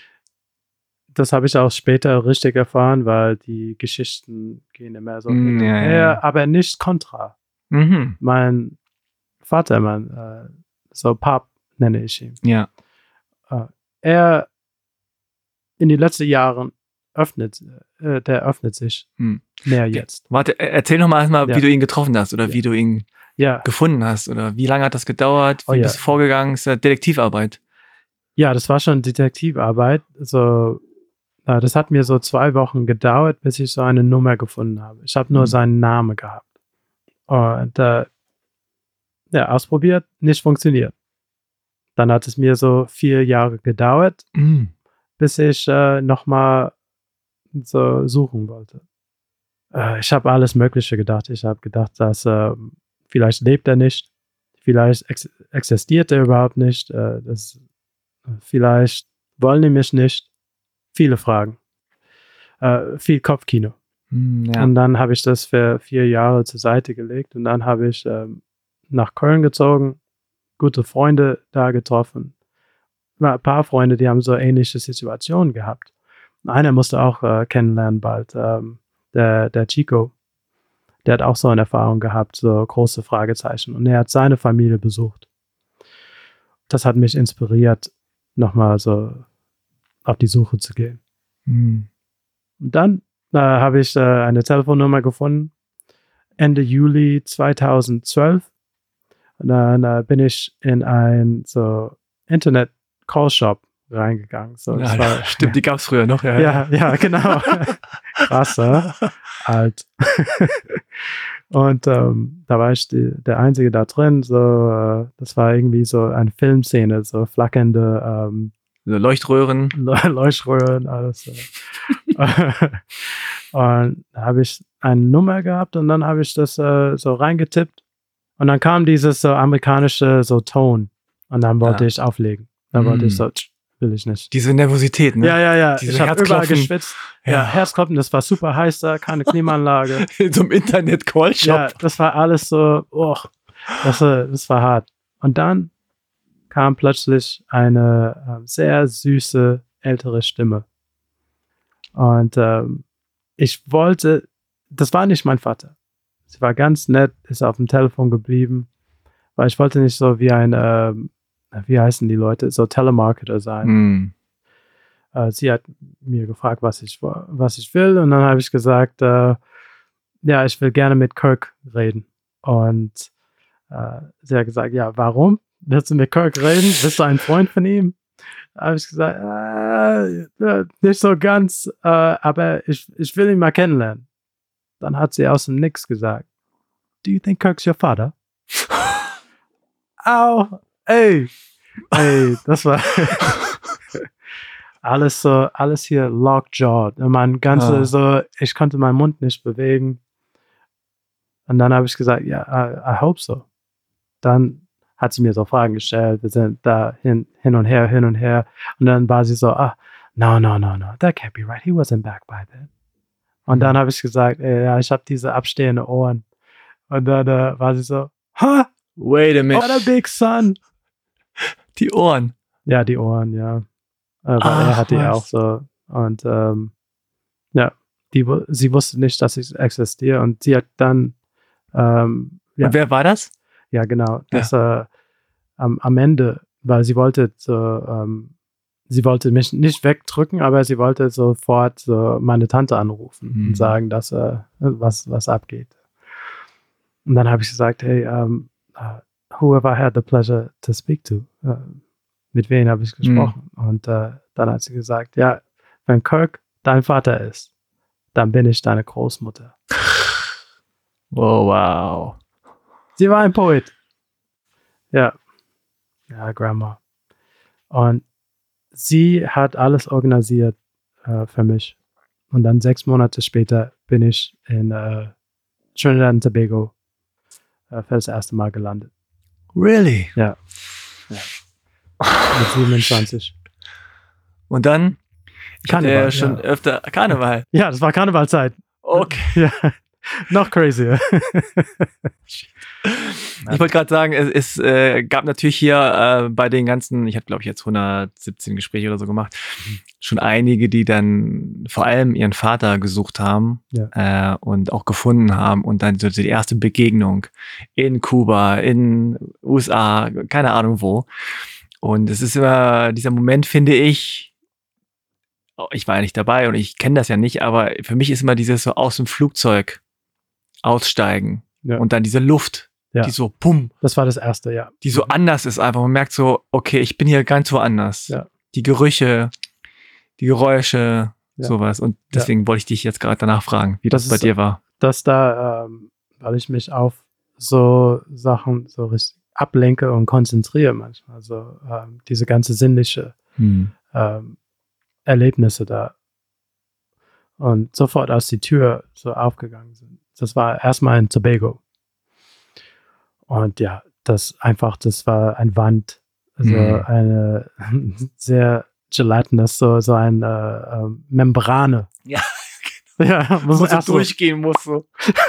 Das habe ich auch später richtig erfahren, weil die Geschichten gehen immer so Mm, hin und ja, her, ja. aber nicht kontra. Mhm. Mein Vater, mein, äh, so Pap nenne ich ihn. Ja. Äh, er in den letzten Jahren öffnet, äh, der öffnet sich Hm. mehr jetzt. Warte, erzähl noch mal erstmal, Ja. wie du ihn getroffen hast oder Ja. wie du ihn Ja, gefunden hast oder wie lange hat das gedauert, wie Oh ja. bist du vorgegangen, ist ja Detektivarbeit. ja, das war schon Detektivarbeit. So, äh, das hat mir so zwei Wochen gedauert, bis ich so eine Nummer gefunden habe. Ich habe nur Mhm. seinen Namen gehabt. Und äh, ja, ausprobiert, nicht funktioniert. Dann hat es mir so vier Jahre gedauert, Mhm. bis ich äh, nochmal so suchen wollte. Äh, ich habe alles Mögliche gedacht. Ich habe gedacht, dass äh, vielleicht lebt er nicht, vielleicht ex existiert er überhaupt nicht, äh, das, vielleicht wollen die mich nicht. Viele Fragen. Äh, viel Kopfkino. Hm, ja. Und dann habe ich das für vier Jahre zur Seite gelegt und dann habe ich ähm, nach Köln gezogen, gute Freunde da getroffen. Ja, ein paar Freunde, die haben so ähnliche Situationen gehabt. Einer musste auch äh, kennenlernen bald, ähm, der, der Chico. Der hat auch so eine Erfahrung gehabt, so große Fragezeichen. Und er hat seine Familie besucht. Das hat mich inspiriert, nochmal so auf die Suche zu gehen. Hm. Und dann äh, habe ich äh, eine Telefonnummer gefunden, Ende Juli zweitausendzwölf. Und dann äh, bin ich in ein so Internet-Call-Shop reingegangen. So, das Ja, war, stimmt, die gab es früher noch. Ja, ja, ja, genau. Krass, ja? Alt. Und ähm, da war ich die, der Einzige da drin. So, äh, das war irgendwie so eine Filmszene, so flackernde ähm, So Leuchtröhren. Leuchtröhren, alles. Äh. Und da habe ich eine Nummer gehabt und dann habe ich das äh, so reingetippt und dann kam dieses so amerikanische so Ton und dann wollte Ja. ich auflegen. Dann wollte ich Mm. so, tsch, will ich nicht. Diese Nervosität, ne? Ja, ja, ja. Diese Ich habe überall Herzklopfen. geschwitzt. Ja. Ja. Herzklopfen, das war super heiß da, keine Klimaanlage. In so einem Internet-Call-Shop. Ja, das war alles so, oh, das, äh, das war hart. Und dann kam plötzlich eine äh, sehr süße, ältere Stimme. Und ähm, ich wollte, das war nicht mein Vater. Sie war ganz nett, ist auf dem Telefon geblieben, weil ich wollte nicht so wie ein, ähm, wie heißen die Leute, so Telemarketer sein. Hm. Äh, sie hat mir gefragt, was ich, was ich will und dann habe ich gesagt, äh, ja, ich will gerne mit Kirk reden. Und äh, sie hat gesagt, ja, warum? Willst du mit Kirk reden? Bist du ein Freund von ihm? Da habe ich gesagt, äh, nicht so ganz, äh, aber ich, ich will ihn mal kennenlernen. Dann hat sie aus dem Nix gesagt, do you think Kirk's your father? Au, ey, ey, das war alles so, alles hier lockjawed. Mein ganze Ah. so, ich konnte meinen Mund nicht bewegen. Und dann habe ich gesagt, ja, I, I hope so. Dann hat sie mir so Fragen gestellt. Wir sind da hin, hin und her, hin und her. Und dann war sie so, ah, no, no, no, no, that can't be right. He wasn't back by then. Und dann habe ich gesagt, ey, ja, ich habe diese abstehenden Ohren. Und dann äh, war sie so, huh? Wait a minute. What a big son. Die Ohren. Ja, die Ohren, ja. Äh, weil Ach, er hat die was. auch so. Und ähm, ja, die, wu- sie wusste nicht, dass ich existiere. Und sie hat dann, ähm, ja, Und wer war das? ja, genau, das äh, am, am Ende, weil sie wollte so, ähm, sie wollte mich nicht wegdrücken, aber sie wollte sofort so meine Tante anrufen Mhm. und sagen, dass äh, was, was abgeht. Und dann habe ich gesagt, hey, um, uh, whoever I had the pleasure to speak to, uh, mit wem habe ich gesprochen? Mhm. Und uh, dann hat sie gesagt, ja, wenn Kirk dein Vater ist, dann bin ich deine Großmutter. Oh, wow. Sie war ein Poet. Ja. Ja, Grandma. Und sie hat alles organisiert uh, für mich. Und dann sechs Monate später bin ich in uh, Trinidad und Tobago uh, für das erste Mal gelandet. Really? Ja. ja. Mit siebenundzwanzig. Und dann? Ich hatte Karneval, ja schon ja. öfter Karneval. Ja, das war Karnevalzeit. Okay. Ja. Noch crazier. Ich wollte gerade sagen, es, es äh, gab natürlich hier äh, bei den ganzen, ich habe glaube ich jetzt hundertsiebzehn Gespräche oder so gemacht, mhm. schon einige, die dann vor allem ihren Vater gesucht haben ja. äh, und auch gefunden haben und dann so die erste Begegnung in Kuba, in U S A, keine Ahnung wo. Und es ist immer dieser Moment, finde ich, ich war ja nicht dabei und ich kenne das ja nicht, aber für mich ist immer dieses so aus dem Flugzeug aussteigen ja. und dann diese Luft, ja. die so pum. Das war das erste, ja. Die so anders ist einfach. Man merkt so, okay, ich bin hier ganz woanders. Ja. Die Gerüche, die Geräusche, ja. sowas. Und deswegen ja. wollte ich dich jetzt gerade danach fragen, wie das, das bei ist, dir war. Das da, ähm, weil ich mich auf so Sachen so richtig ablenke und konzentriere manchmal. Also ähm, diese ganze sinnliche hm. ähm, Erlebnisse da. Und sofort als die Tür so aufgegangen sind. Das war erstmal in Tobago. Und ja, das einfach, das war ein Wand, also mm. eine sehr gelatinous, so, so eine äh, Membrane. Ja, genau. Ja, muss man erst so durchgehen muss so.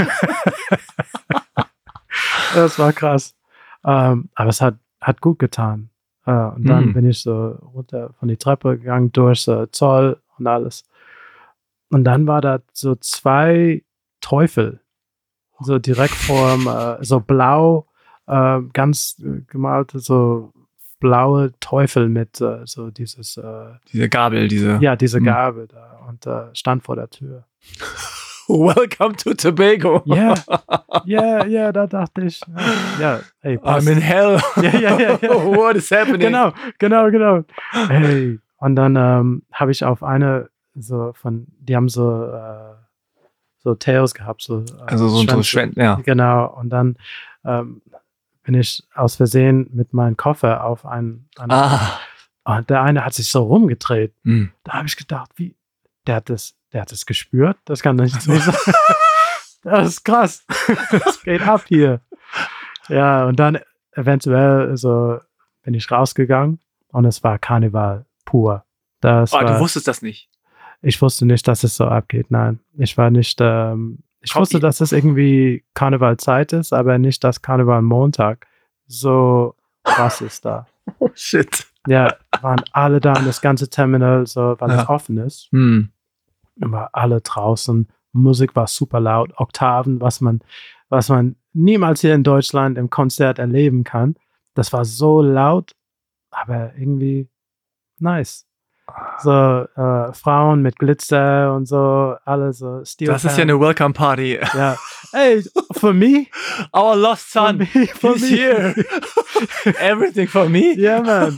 Das war krass. Ähm, aber es hat, hat gut getan. Äh, und dann mm. bin ich so runter von die Treppe gegangen, durch so Zoll und alles. Und dann war da so zwei Teufel, so direkt vorm, äh, so blau, äh, ganz äh, gemalte, so blaue Teufel mit äh, so dieses... Äh, diese Gabel, diese... Ja, diese hm. Gabel da und äh, stand vor der Tür. Welcome to Tobago. Ja, ja, ja, da dachte ich, ja, ja hey, passt. I'm in hell. Ja, ja, ja, ja. What is happening? Genau, genau, genau. Hey, und dann ähm, habe ich auf eine so von, die haben so, äh, so Tails gehabt. So, äh, also so ein Schwänze, ja. Genau, und dann ähm, bin ich aus Versehen mit meinem Koffer auf einen, einen ah. und der eine hat sich so rumgedreht. Mhm. Da habe ich gedacht, wie, der hat das, der hat das gespürt? Das kann nicht so. sein. Das ist krass. Das geht ab hier. Ja, und dann eventuell so bin ich rausgegangen und es war Karneval pur. Das oh, war, du wusstest das nicht? Ich wusste nicht, dass es so abgeht, nein. Ich war nicht, ähm, ich Komm, wusste, dass es irgendwie Karnevalzeit ist, aber nicht, dass Karneval Montag so krass ist da. Oh, shit. Ja, waren alle da und das ganze Terminal, so, weil ja. es offen ist. Hm. War alle draußen. Musik war super laut, Oktaven, was man, was man niemals hier in Deutschland im Konzert erleben kann. Das war so laut, aber irgendwie nice. So äh, Frauen mit Glitzer und so, alle so Steel. Das ist ja eine Welcome Party. Ja. Hey, for me? Our lost son. For me, for He's me. here. Everything for me? Ja, man.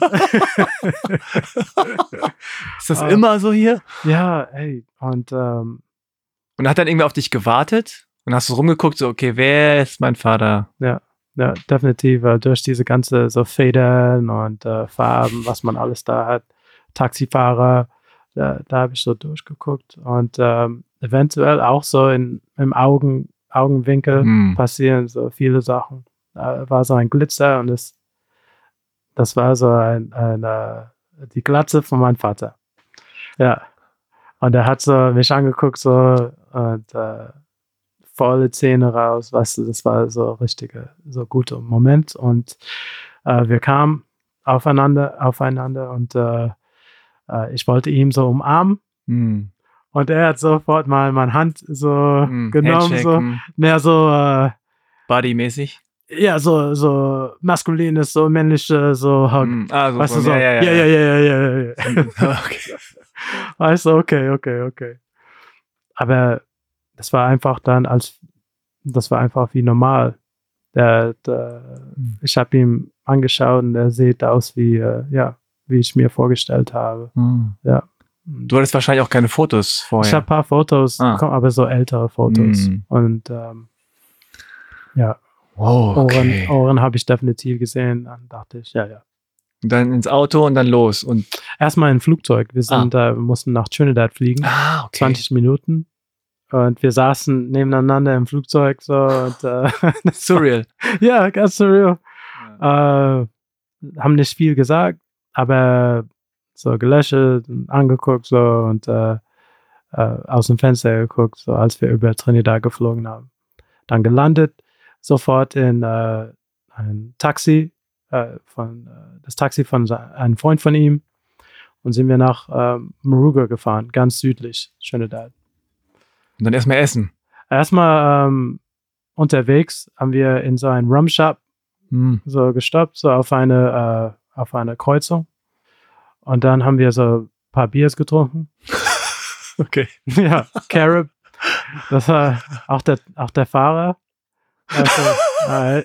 Ist das uh, immer so hier? Ja, hey. Und, ähm, und hat dann irgendwie auf dich gewartet? Und hast du rumgeguckt, so, okay, wer ist mein Vater? Ja, ja, definitiv. Äh, durch diese ganze so Federn und äh, Farben, was man alles da hat. Taxifahrer, da, da habe ich so durchgeguckt und ähm, eventuell auch so in, im Augen, Augenwinkel hm. passieren so viele Sachen. Da war so ein Glitzer und das, das war so ein, eine, die Glatze von meinem Vater. Ja. Und er hat so mich angeguckt so und äh, volle Zähne raus, weißt du, das war so ein richtiger, so guter Moment und äh, wir kamen aufeinander, aufeinander und äh, ich wollte ihn so umarmen mm. und er hat sofort mal meine Hand so mm, genommen, so mehr so äh, Buddy-mäßig. Ja, so, so maskulines, so männliche, so Hug. Mm, ah, so weißt du, von- so, ja, ja, ja, ja. ja, ja, ja, ja, ja. Okay. Weißt du, okay, okay, okay. Aber das war einfach dann als, das war einfach wie normal. Der, der, Hm. ich habe ihn angeschaut und er sieht aus wie, äh, ja, wie ich mir vorgestellt habe. Hm. Ja. Du hattest wahrscheinlich auch keine Fotos vorher. Ich habe ein paar Fotos, Ah. aber so ältere Fotos. Mm. Und ähm, ja, Wow, okay. Ohren, Ohren habe ich definitiv gesehen. Dann dachte ich, ja, ja. Und dann ins Auto und dann los. Und Erstmal ein Flugzeug. Wir sind, ah. äh, wir mussten nach Trinidad fliegen. ah, okay. zwanzig Minuten. Und wir saßen nebeneinander im Flugzeug. So, und, äh, Surreal. Ja, ganz surreal. Ja. Äh, haben nicht viel gesagt, aber so gelächelt und angeguckt so und äh, äh, aus dem Fenster geguckt, so als wir über Trinidad geflogen haben. Dann gelandet, sofort in äh, ein Taxi, äh, von, äh, das Taxi von einem Freund von ihm und sind wir nach äh, Moruga gefahren, ganz südlich, Trinidad. Und dann erstmal essen. Erstmal ähm, unterwegs haben wir in so einen Rum-Shop hm. so gestoppt, so auf eine, äh, auf eine Kreuzung. Und dann haben wir so ein paar Biers getrunken. Okay. Ja, Carib. Das war auch der, auch der Fahrer. Also, äh,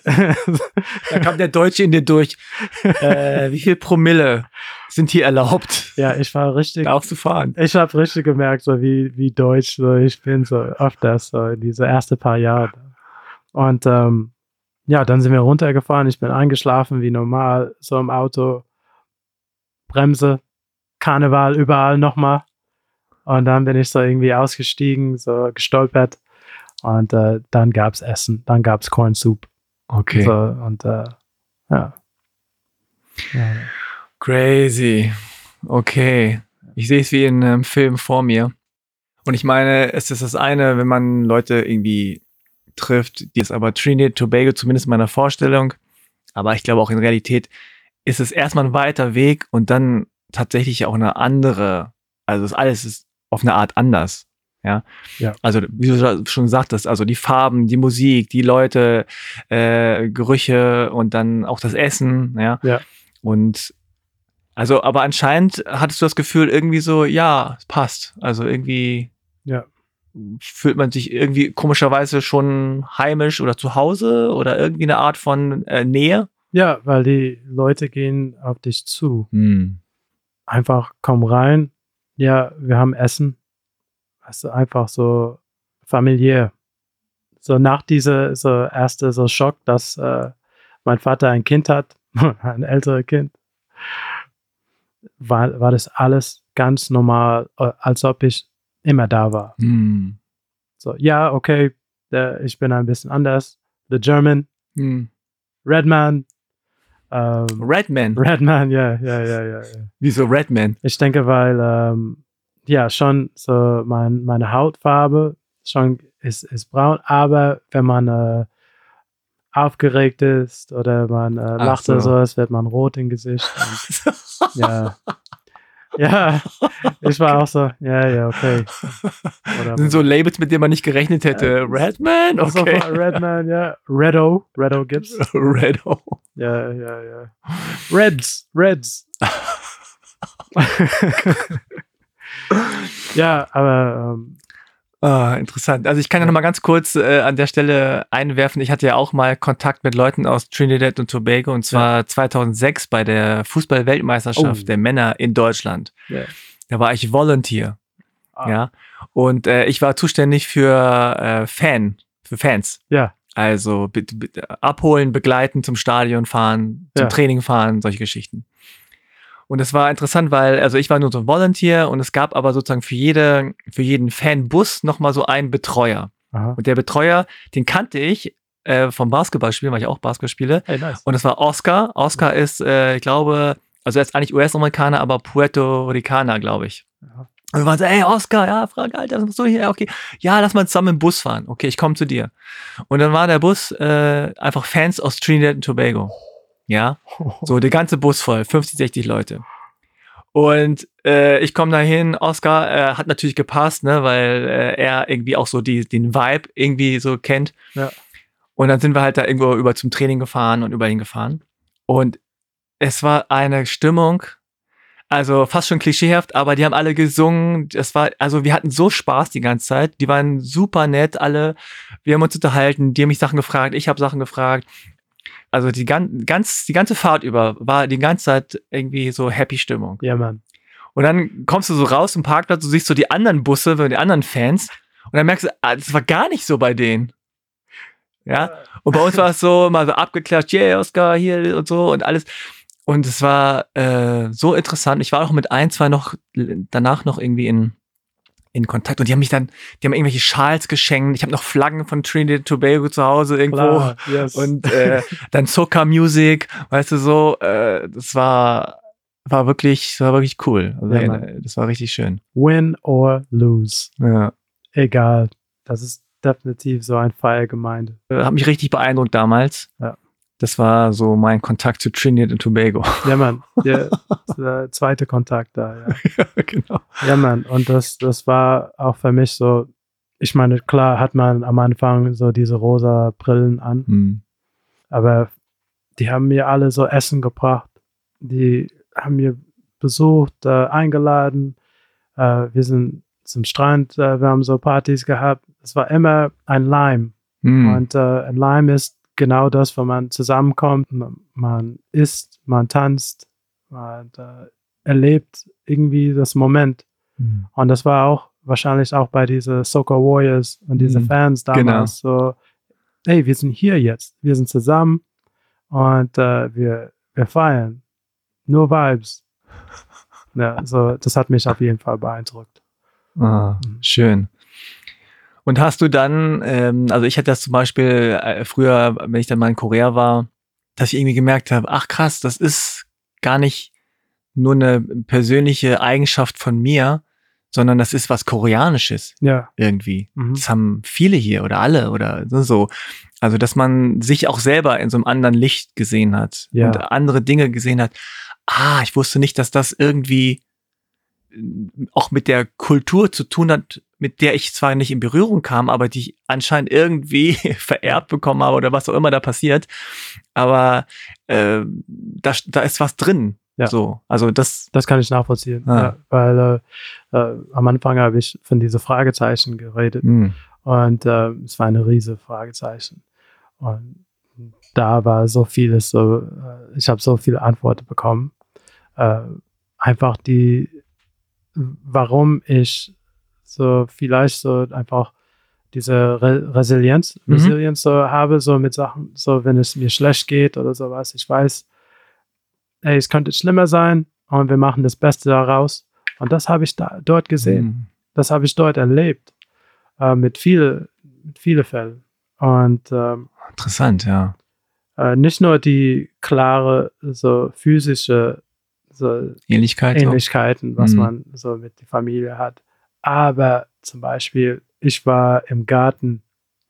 da kam der Deutsche in dir durch. Äh, wie viel Promille sind hier erlaubt? Ja, ich war richtig. Da auch zu fahren. Ich habe richtig gemerkt, so wie, wie deutsch so ich bin, so öfters, so in diese ersten paar Jahre. Und ähm, ja, dann sind wir runtergefahren. Ich bin eingeschlafen wie normal, so im Auto. Bremse, Karneval überall nochmal. Und dann bin ich so irgendwie ausgestiegen, so gestolpert. Und äh, dann gab es Essen, dann gab es Corn Soup. Okay. So, und äh, ja. ja. Crazy. Okay. Ich sehe es wie in einem Film vor mir. Und ich meine, es ist das eine, wenn man Leute irgendwie trifft, die ist aber Trinidad Tobago, zumindest in meiner Vorstellung. Aber ich glaube auch in Realität ist es erstmal ein weiter Weg und dann tatsächlich auch eine andere, also das alles ist auf eine Art anders. Ja? Ja. Also wie du schon sagtest, also die Farben, die Musik, die Leute, äh, Gerüche und dann auch das Essen, ja. Ja. Und also, aber anscheinend hattest du das Gefühl irgendwie so, ja, es passt. Also irgendwie ja. fühlt man sich irgendwie komischerweise schon heimisch oder zu Hause oder irgendwie eine Art von äh, Nähe. Ja, weil die Leute gehen auf dich zu. Hm. Einfach komm rein. Ja, wir haben Essen. Also einfach so familiär. So nach dieser so erste so Schock, dass äh, mein Vater ein Kind hat, ein älteres Kind, war, war das alles ganz normal, als ob ich immer da war. Hm. So, ja, okay, der, ich bin ein bisschen anders. The German, hm. Redman. Ähm, Redman? Redman, ja, ja, ja, ja. Wieso Redman? Ich denke, weil ähm, ja, schon so mein, meine Hautfarbe schon ist, ist braun, aber wenn man äh, aufgeregt ist oder man äh, lacht so. oder sowas, wird man rot im Gesicht. Und, ja. Ja, ich war auch so, ja, ja, okay. Oder das sind so Labels, mit denen man nicht gerechnet hätte. Äh, Redman? Okay. So, Redman, ja. Reddo, Reddo gibt's. Reddo. Ja, ja, ja. Reds, Reds. Ja, aber ähm, Ah, interessant. Also ich kann ja noch mal ganz kurz äh, an der Stelle einwerfen. Ich hatte ja auch mal Kontakt mit Leuten aus Trinidad und Tobago und zwar ja. zweitausendsechs bei der Fußball-Weltmeisterschaft oh. der Männer in Deutschland. Ja. Da war ich Volunteer. Ah. Ja. Und äh, ich war zuständig für äh, Fan, für Fans. Ja. Also be- be- abholen, begleiten, zum Stadion fahren, zum ja. Training fahren, solche Geschichten. Und es war interessant, weil, also ich war nur so ein Volunteer und es gab aber sozusagen für jede, für jeden Fanbus nochmal so einen Betreuer. Aha. Und der Betreuer, den kannte ich äh, vom Basketballspielen, weil ich auch Basketball spiele. Hey, nice. Und das war Oscar. Oscar mhm. ist, äh, ich glaube, also er ist eigentlich U S-Amerikaner, aber Puerto Ricaner, glaube ich. Ja. Und wir waren so, ey, Oscar, ja, frag, Alter, was machst du hier? Okay, ja, lass mal zusammen im Bus fahren. Okay, ich komme zu dir. Und dann war der Bus äh, einfach Fans aus Trinidad und Tobago. Ja, so der ganze Bus voll, fünfzig, sechzig Leute. Und äh, ich komme da hin, Oscar äh, hat natürlich gepasst, ne, weil äh, er irgendwie auch so die, den Vibe irgendwie so kennt. Ja. Und dann sind wir halt da irgendwo über zum Training gefahren und über ihn gefahren. Und es war eine Stimmung, also fast schon klischeehaft, aber die haben alle gesungen. Das war, also wir hatten so Spaß die ganze Zeit. Die waren super nett, alle. Wir haben uns unterhalten, die haben mich Sachen gefragt, ich habe Sachen gefragt. Also die, gan- ganz, die ganze Fahrt über war die ganze Zeit irgendwie so happy Stimmung. Ja, Mann. Und dann kommst du so raus im Parkplatz, du siehst so die anderen Busse, die anderen Fans. Und dann merkst du, ah, das war gar nicht so bei denen. Ja. Und bei uns war es so, mal so abgeklatscht, yeah, Oscar, hier und so und alles. Und es war äh, so interessant. Ich war auch mit ein, zwei noch danach noch irgendwie in, in Kontakt. Und die haben mich dann, die haben irgendwelche Schals geschenkt. Ich habe noch Flaggen von Trinidad und Tobago zu Hause irgendwo. Klar, yes. Und äh, dann Soca Music, weißt du so. Äh, das war, war wirklich, das war wirklich cool. Also, Ja, äh, Mann. das war richtig schön. Win or lose. Ja. Egal. Das ist definitiv so ein Feiergemeinde. Äh, Hat mich richtig beeindruckt damals. Ja. Das war so mein Kontakt zu Trinidad und Tobago. Ja, Mann. Der, der zweite Kontakt da, ja. Ja, genau. Ja, Mann. Und das, das war auch für mich so, ich meine, klar hat man am Anfang so diese rosa Brillen an, Hm. aber die haben mir alle so Essen gebracht. Die haben mir besucht, äh, eingeladen. Äh, wir sind zum Strand, äh, wir haben so Partys gehabt. Es war immer ein Lime. Hm. Und äh, ein Lime ist genau das, wo man zusammenkommt, man, man isst, man tanzt, man äh, erlebt irgendwie das Moment. Hm. Und das war auch wahrscheinlich auch bei diesen Soca Warriors und diese Mhm. Fans damals so, hey, wir sind hier jetzt, wir sind zusammen und äh, wir, wir feiern. Nur Vibes. Ja, so, das hat mich auf jeden Fall beeindruckt. Ah, schön. Und hast du dann, ähm, also ich hatte das zum Beispiel äh, früher, wenn ich dann mal in Korea war, dass ich irgendwie gemerkt habe, ach krass, das ist gar nicht nur eine persönliche Eigenschaft von mir, sondern das ist was Koreanisches Ja. irgendwie. Mhm. Das haben viele hier oder alle oder so. Also, dass man sich auch selber in so einem anderen Licht gesehen hat Ja. und andere Dinge gesehen hat. Ah, ich wusste nicht, dass das irgendwie äh, auch mit der Kultur zu tun hat, mit der ich zwar nicht in Berührung kam, aber die ich anscheinend irgendwie vererbt bekommen habe oder was auch immer da passiert. Aber äh, da, da ist was drin. Ja. So, also das. Das kann ich nachvollziehen, Ah. ja, weil äh, äh, am Anfang habe ich von diesen Fragezeichen geredet Mh. und äh, es war eine riesige Fragezeichen. Und da war so vieles, so, äh, ich habe so viele Antworten bekommen. Äh, einfach die, warum ich so vielleicht so einfach diese Re Resilienz, Mhm. Resilienz so habe, so mit Sachen, so wenn es mir schlecht geht oder sowas, ich weiß, ey, es könnte schlimmer sein und wir machen das Beste daraus. Und das habe ich da, dort gesehen. Mhm. Das habe ich dort erlebt. Äh, mit viele, mit viele Fällen. Und ähm, Interessant, ja. äh, nicht nur die klare, so physische so Ähnlichkeit. Ähnlichkeiten, was Mhm. man so mit der Familie hat. Aber zum Beispiel, ich war im Garten.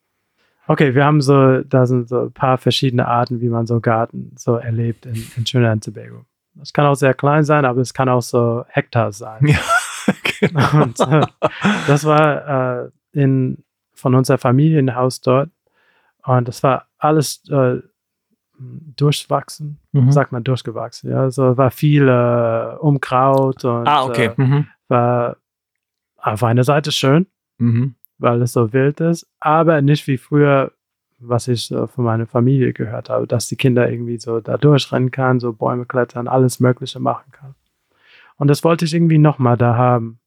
Okay, wir haben so, da sind so ein paar verschiedene Arten, wie man so Garten so erlebt in, in Trinidad und Tobago. Das kann auch sehr klein sein, aber es kann auch so Hektar sein. Ja, genau. Und äh, das war äh, in, von unser Familienhaus dort. Und das war alles äh, durchwachsen, Mhm. sagt man durchgewachsen. Ja, so war viel äh, Unkraut und Ah, okay. äh, Mhm. war auf einer Seite schön, Mhm. weil es so wild ist, aber nicht wie früher, was ich äh, von meiner Familie gehört habe, dass die Kinder irgendwie so da durchrennen kann, so Bäume klettern, alles Mögliche machen kann. Und das wollte ich irgendwie nochmal da haben.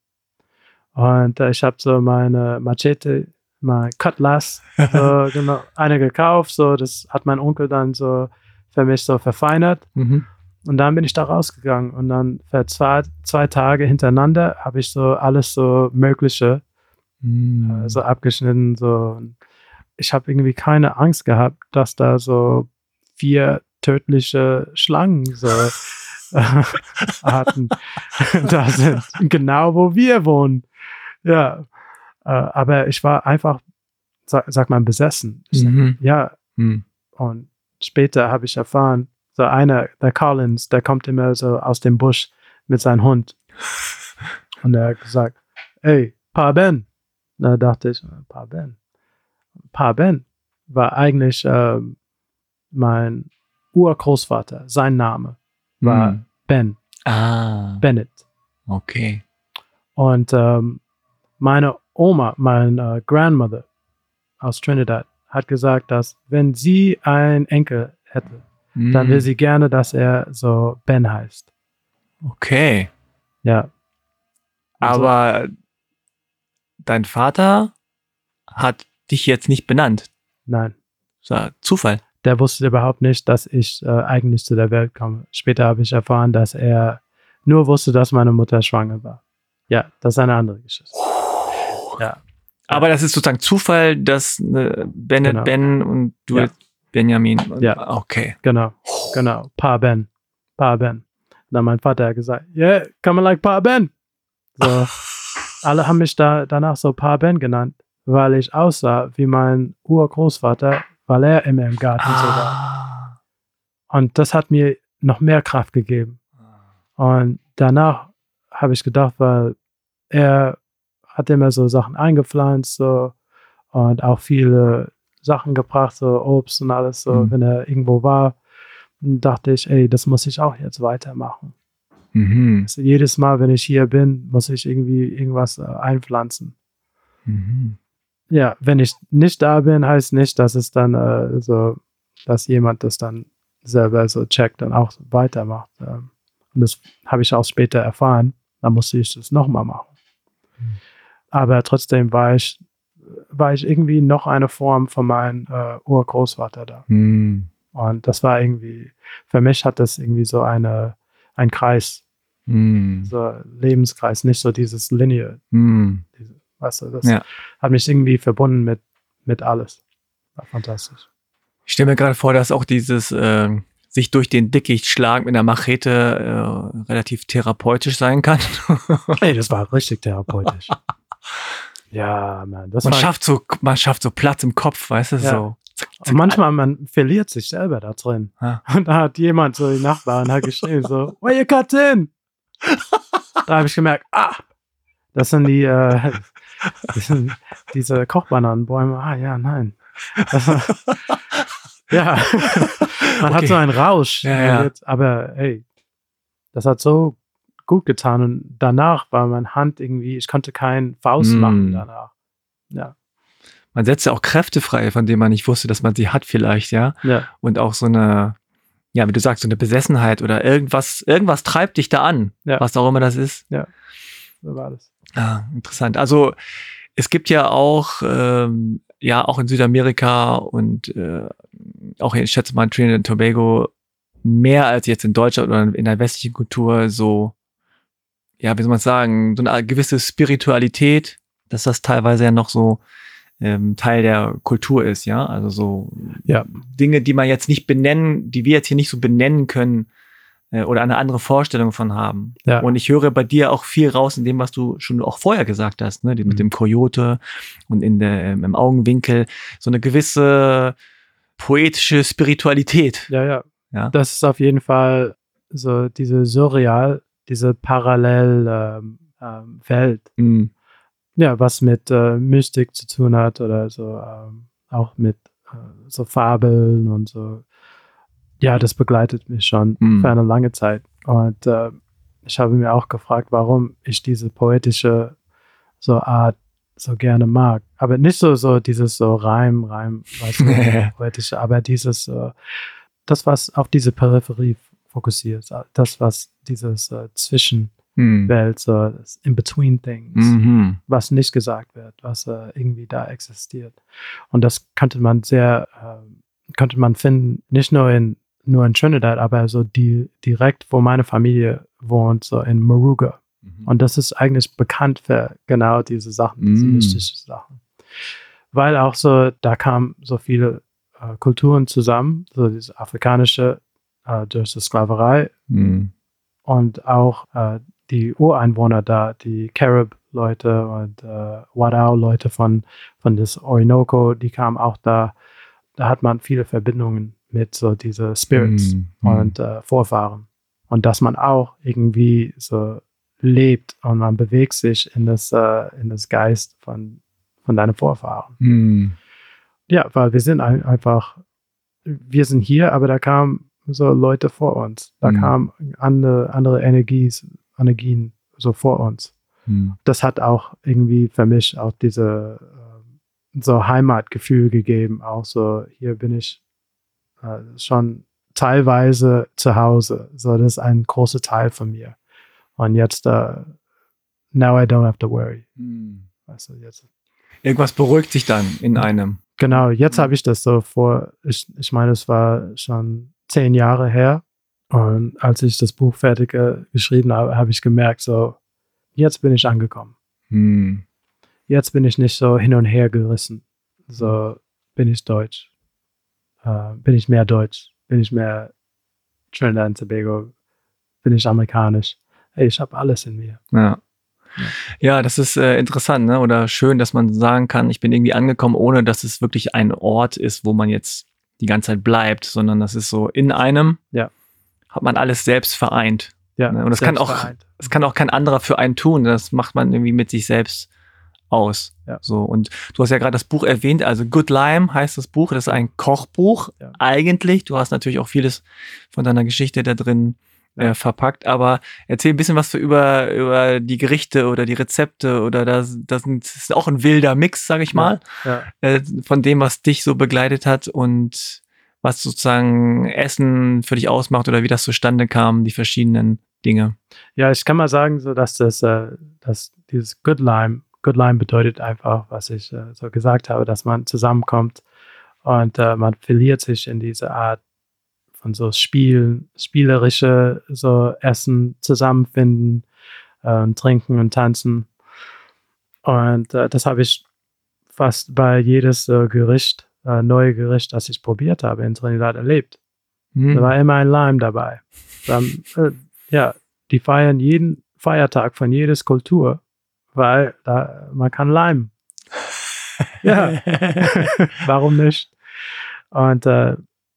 Und äh, ich habe so meine Machete, mein Cutlass, so, genau, eine gekauft, so, das hat mein Onkel dann so für mich so verfeinert. Mhm. Und dann bin ich da rausgegangen und dann für zwei, zwei Tage hintereinander habe ich so alles so Mögliche Mhm. äh, so abgeschnitten. So. Und ich habe irgendwie keine Angst gehabt, dass da so vier tödliche Schlangen so äh, Arten da sind. Genau wo wir wohnen. Ja. Äh, aber ich war einfach, sag, sag mal, besessen. Ich, Mhm. Ja. Mhm. Und später habe ich erfahren, so einer, der Collins, der kommt immer so aus dem Busch mit seinem Hund. Und er hat gesagt, ey, Pa Ben. Da dachte ich, Pa Ben. Pa Ben. war eigentlich äh, mein Urgroßvater. Sein Name war Hm. Ben. Ah, Bennett. okay. Und ähm, meine Oma, meine äh, Grandmother aus Trinidad, hat gesagt, dass wenn sie einen Enkel hätte, Hm. dann will sie gerne, dass er so Ben heißt. Okay. Ja. Also, Aber dein Vater hat dich jetzt nicht benannt. nein. Das war Zufall. Der wusste überhaupt nicht, dass ich äh, eigentlich zu der Welt komme. Später habe ich erfahren, dass er nur wusste, dass meine Mutter schwanger war. Ja, das ist eine andere Geschichte. Ja. Aber das ist sozusagen Zufall, dass äh, Bennett Genau. Ben und du Ja. jetzt Benjamin. Und, Ja. Okay. Genau, genau. Pa Ben. Pa Ben. Und dann mein Vater hat gesagt, yeah, come on like Pa Ben. So, alle haben mich da danach so Pa Ben genannt, weil ich aussah wie mein Urgroßvater, weil er immer im Garten so war. Ah. Und das hat mir noch mehr Kraft gegeben. Und danach habe ich gedacht, weil er hat immer so Sachen eingepflanzt so, und auch viele Sachen gebracht, so Obst und alles so, Mhm. wenn er irgendwo war, dachte ich, ey, das muss ich auch jetzt weitermachen. Mhm. Also jedes Mal, wenn ich hier bin, muss ich irgendwie irgendwas äh, einpflanzen. Mhm. Ja, wenn ich nicht da bin, heißt nicht, dass es dann äh, so, dass jemand das dann selber so checkt und auch weitermacht. Ähm, und das habe ich auch später erfahren. Dann musste ich das nochmal machen. Mhm. Aber trotzdem war ich, war ich irgendwie noch eine Form von meinem äh, Urgroßvater da. Mhm. Und das war irgendwie, für mich hat das irgendwie so eine, ein Kreis, Mhm. so Lebenskreis, nicht so dieses Linie. Mhm. Diese, weißt du, das Ja. hat mich irgendwie verbunden mit, mit alles. War fantastisch. Ich stelle mir gerade vor, dass auch dieses äh, sich durch den Dickicht schlagen mit einer Machete äh, relativ therapeutisch sein kann. Ey, das war richtig therapeutisch. Ja, man. Das man, war, schafft so, man schafft so Platz im Kopf, weißt du, Ja. so. Zack, und zack. manchmal, man verliert sich selber da drin. Ja. Und da hat jemand, so die Nachbarn, hat geschrieben so, where you cut in? Da habe ich gemerkt, ah, das sind die, äh, das sind diese Kochbananenbäume. Ah, ja, nein. Das, ja, man hat Okay. so einen Rausch. Ja, ja. Jetzt, aber hey, das hat so gut getan. Und danach war meine Hand irgendwie, ich konnte keinen Faust Mm. machen danach. Ja, Man setzt ja auch Kräfte frei, von denen man nicht wusste, dass man sie hat vielleicht, ja. ja, Und auch so eine, ja, wie du sagst, so eine Besessenheit oder irgendwas, irgendwas treibt dich da an, Ja. was auch immer das ist. so war das. Ah, interessant. Also es gibt ja auch, ähm, ja, auch in Südamerika und äh, auch in, ich schätze mal in Trinidad und Tobago mehr als jetzt in Deutschland oder in der westlichen Kultur so, ja, wie soll man sagen, so eine gewisse Spiritualität, dass das teilweise ja noch so ähm, Teil der Kultur ist, ja, also so Ja. Dinge, die man jetzt nicht benennen, die wir jetzt hier nicht so benennen können äh, oder eine andere Vorstellung von haben. Ja. Und ich höre bei dir auch viel raus in dem, was du schon auch vorher gesagt hast, ne, die, mit Mhm. dem Coyote und in der, ähm, im Augenwinkel, so eine gewisse poetische Spiritualität. Ja, ja. Ja. Das ist auf jeden Fall so diese Surreal, diese Parallelwelt. Ähm, ähm, Welt. Mhm. Ja, was mit äh, Mystik zu tun hat oder so, ähm, auch mit äh, so Fabeln und so. Ja, das begleitet mich schon Mhm. für eine lange Zeit. Und äh, ich habe mir auch gefragt, warum ich diese poetische so Art so gerne mag. Aber nicht so, so dieses so Reim, Reim, weißt du, poetische, aber dieses, äh, das, was auf diese Peripherie fokussiert, das, was dieses äh, Zwischen Mhm. Welt, so das In-Between-Things, Mhm. was nicht gesagt wird, was äh, irgendwie da existiert. Und das könnte man sehr, äh, könnte man finden, nicht nur in, nur in Trinidad, aber so die, direkt, wo meine Familie wohnt, so in Moruga. Mhm. Und das ist eigentlich bekannt für genau diese Sachen, diese Mm. mystischen Sachen. Weil auch so, da kamen so viele äh, Kulturen zusammen, so diese afrikanische äh, durch die Sklaverei, Mhm. und auch äh, die Ureinwohner da, die Carib-Leute und äh, Wadao-Leute von, von des Orinoco, die kamen auch da. Da hat man viele Verbindungen mit so diese Spirits Mhm. und äh, Vorfahren. Und dass man auch irgendwie so lebt und man bewegt sich in das, äh, in das Geist von, von deinen Vorfahren. Mhm. ja, weil wir sind ein, einfach, wir sind hier, aber da kamen so Leute vor uns. Da Mhm. kamen andere, andere Energies, Energien so vor uns. Mhm. Das hat auch irgendwie für mich auch diese äh, so Heimatgefühl gegeben. Auch so, hier bin ich äh, schon teilweise zu Hause. So, das ist ein großer Teil von mir. Und jetzt, uh, now I don't have to worry. Mhm. Also jetzt. Irgendwas beruhigt sich dann in einem. Genau, jetzt habe ich das so vor, ich, ich meine, es war schon zehn Jahre her. Und als ich das Buch fertig äh, geschrieben habe, habe ich gemerkt, so, jetzt bin ich angekommen. Mhm. Jetzt bin ich nicht so hin und her gerissen. So bin ich deutsch. Äh, bin ich mehr deutsch. Bin ich mehr Trinidad und Tobago. Bin ich amerikanisch. Hey, ich habe alles in mir. Ja. Ja, das ist äh, interessant, ne? Oder schön, dass man sagen kann, ich bin irgendwie angekommen, ohne dass es wirklich ein Ort ist, wo man jetzt die ganze Zeit bleibt, sondern das ist so in einem, ja. hat man alles selbst vereint. Ja, ne? Und das kann auch, vereint. das kann auch kein anderer für einen tun. Das macht man irgendwie mit sich selbst aus. Ja. So, und du hast ja gerade das Buch erwähnt, also Good Lime heißt das Buch, das ist ein Kochbuch ja. eigentlich. Du hast natürlich auch vieles von deiner Geschichte da drin Äh, verpackt, aber erzähl ein bisschen was für über, über die Gerichte oder die Rezepte oder das, das, sind, das ist auch ein wilder Mix, sag ich mal, ja, ja. Äh, von dem, was dich so begleitet hat und was sozusagen Essen für dich ausmacht oder wie das zustande kam, die verschiedenen Dinge. Ja, ich kann mal sagen, so dass das, äh, dass dieses Good Lime, Good Lime bedeutet einfach, was ich äh, so gesagt habe, dass man zusammenkommt und äh, man verliert sich in diese Art von so Spielen, spielerische so Essen, zusammenfinden, äh, trinken und tanzen. Und äh, das habe ich fast bei jedes äh, Gericht, äh, neue Gericht, das ich probiert habe in Trinidad erlebt. Hm. Da war immer ein Lime dabei. Dann, äh, ja, die feiern jeden Feiertag von jedes Kultur, weil da, man kann Lime. Ja, warum nicht? Und äh,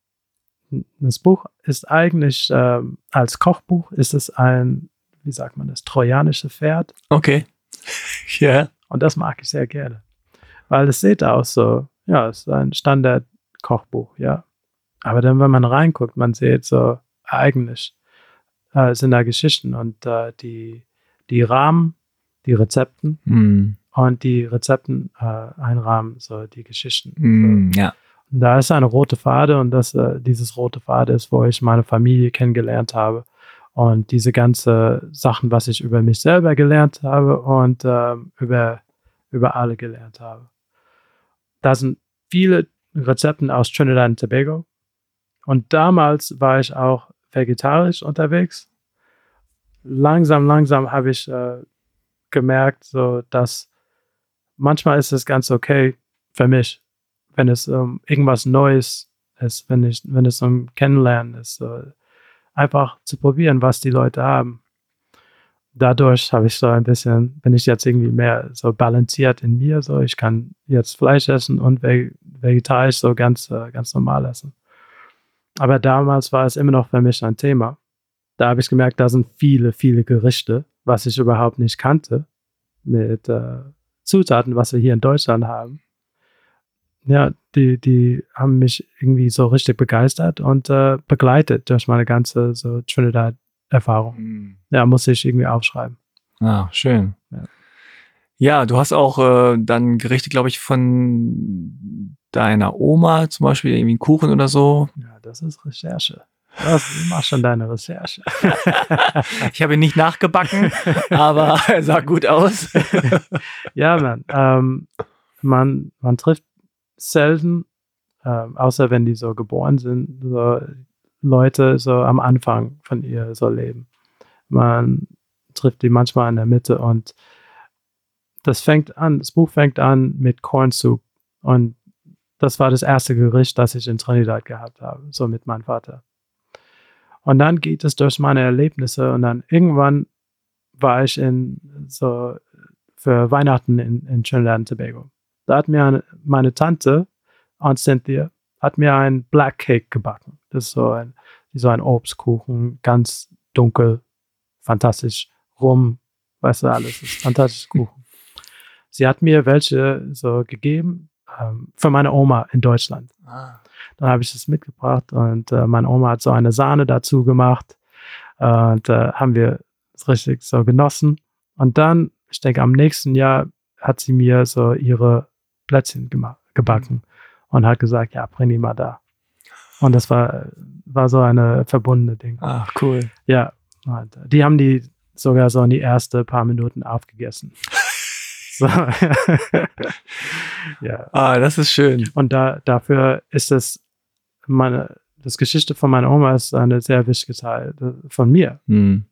das Buch ist eigentlich, äh, als Kochbuch ist es ein, wie sagt man das, trojanisches Pferd. Okay. Ja. Yeah. Und das mag ich sehr gerne. Weil es sieht aus so, ja, es ist ein Standard-Kochbuch, ja. Aber dann, wenn man reinguckt, man sieht so, eigentlich äh, sind da Geschichten und äh, die, die Rahmen, die Rezepten mm. und die Rezepten äh, einrahmen so die Geschichten. Mm, so. Ja. Und da ist eine rote Fade und das, äh, dieses rote Fade ist, wo ich meine Familie kennengelernt habe und diese ganze Sachen, was ich über mich selber gelernt habe und äh, über, über alle gelernt habe. Da sind viele Rezepte aus Trinidad und Tobago. Und damals war ich auch vegetarisch unterwegs. Langsam, langsam habe ich äh, gemerkt, so, dass manchmal ist es ganz okay für mich, wenn es um irgendwas Neues ist, wenn, ich, wenn es um Kennenlernen ist, so, einfach zu probieren, was die Leute haben. Dadurch habe ich so ein bisschen, bin ich jetzt irgendwie mehr so balanciert in mir, so ich kann jetzt Fleisch essen und vegetarisch so ganz, ganz normal essen. Aber damals war es immer noch für mich ein Thema. Da habe ich gemerkt, da sind viele, viele Gerichte, was ich überhaupt nicht kannte, mit äh, Zutaten, was wir hier in Deutschland haben. Ja, die, die haben mich irgendwie so richtig begeistert und äh, begleitet durch meine ganze so Trinidad-Erfahrung. Mhm. Ja, muss ich irgendwie aufschreiben. Ah, schön. Ja, ja, du hast auch äh, dann Gerichte, glaube ich, von deiner Oma, zum Beispiel irgendwie einen Kuchen oder so. Ja, das ist Recherche. Das, du machst schon deine Recherche. Ich habe ihn nicht nachgebacken, aber er sah gut aus. Ja, man, ähm, man, man trifft selten, ähm, außer wenn die so geboren sind, so Leute so am Anfang von ihr so leben. Man trifft die manchmal in der Mitte und das fängt an, das Buch fängt an mit Corn Soup und das war das erste Gericht, das ich in Trinidad gehabt habe, so mit meinem Vater. Und dann geht es durch meine Erlebnisse und dann irgendwann war ich in so für Weihnachten in, in Trinidad und Tobago. Da hat mir eine, meine Tante, Aunt Cynthia, hat mir ein Black Cake gebacken. Das ist so ein, so ein Obstkuchen, ganz dunkel, fantastisch, rum, weißt du, alles ist fantastisch Kuchen. Sie hat mir welche so gegeben, ähm, für meine Oma in Deutschland. Ah. Dann habe ich das mitgebracht und äh, meine Oma hat so eine Sahne dazu gemacht äh, und äh, haben wir es richtig so genossen. Und dann, ich denke, am nächsten Jahr hat sie mir so ihre Plätzchen gema- gebacken mhm. und hat gesagt, ja, bring die mal da. Und das war, war so eine verbundene Ding. Ach, cool. Ja, und die haben die sogar so in die ersten paar Minuten aufgegessen. So. Ja. Ah, das ist schön. Und da, dafür ist es meine, das Geschichte von meiner Oma ist eine sehr wichtige Teil von mir. Mhm.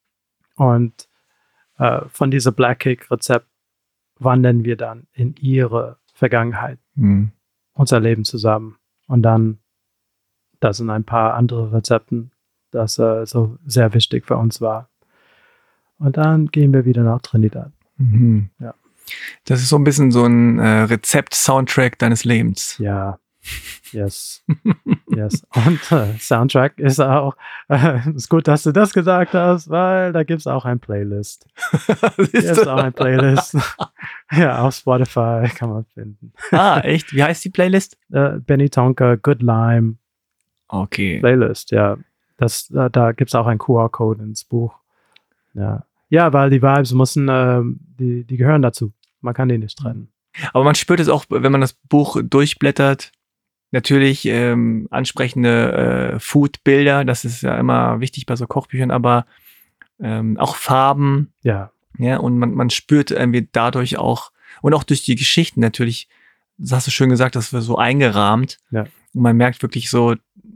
Und äh, von diesem Black Cake Rezept wandern wir dann in ihre Vergangenheit, mhm. unser Leben zusammen. Und dann, das sind ein paar andere Rezepten, das äh, so sehr wichtig für uns war. Und dann gehen wir wieder nach Trinidad. Mhm. Ja. Das ist so ein bisschen so ein äh, Rezept-Soundtrack deines Lebens. Ja, yes, yes. Und äh, Soundtrack ist auch, äh, ist gut, dass du das gesagt hast, weil da gibt es auch ein Playlist. Hier ist auch ein Playlist. Ja, auf Spotify kann man finden. Ah, echt? Wie heißt die Playlist? Äh, Benny Tonka, Good Lime. Okay. Playlist, ja. Das, äh, da gibt es auch einen Q R-Code ins Buch. Ja. Ja, weil die Vibes müssen, äh, die, die gehören dazu. Man kann die nicht trennen. Aber man spürt es auch, wenn man das Buch durchblättert. Natürlich ähm, ansprechende äh, Food-Bilder, das ist ja immer wichtig bei so Kochbüchern, aber ähm, auch Farben. Ja. Ja, und man, man spürt irgendwie dadurch auch, und auch durch die Geschichten natürlich, das hast du schön gesagt, das wird so eingerahmt. Ja. Und man merkt wirklich so,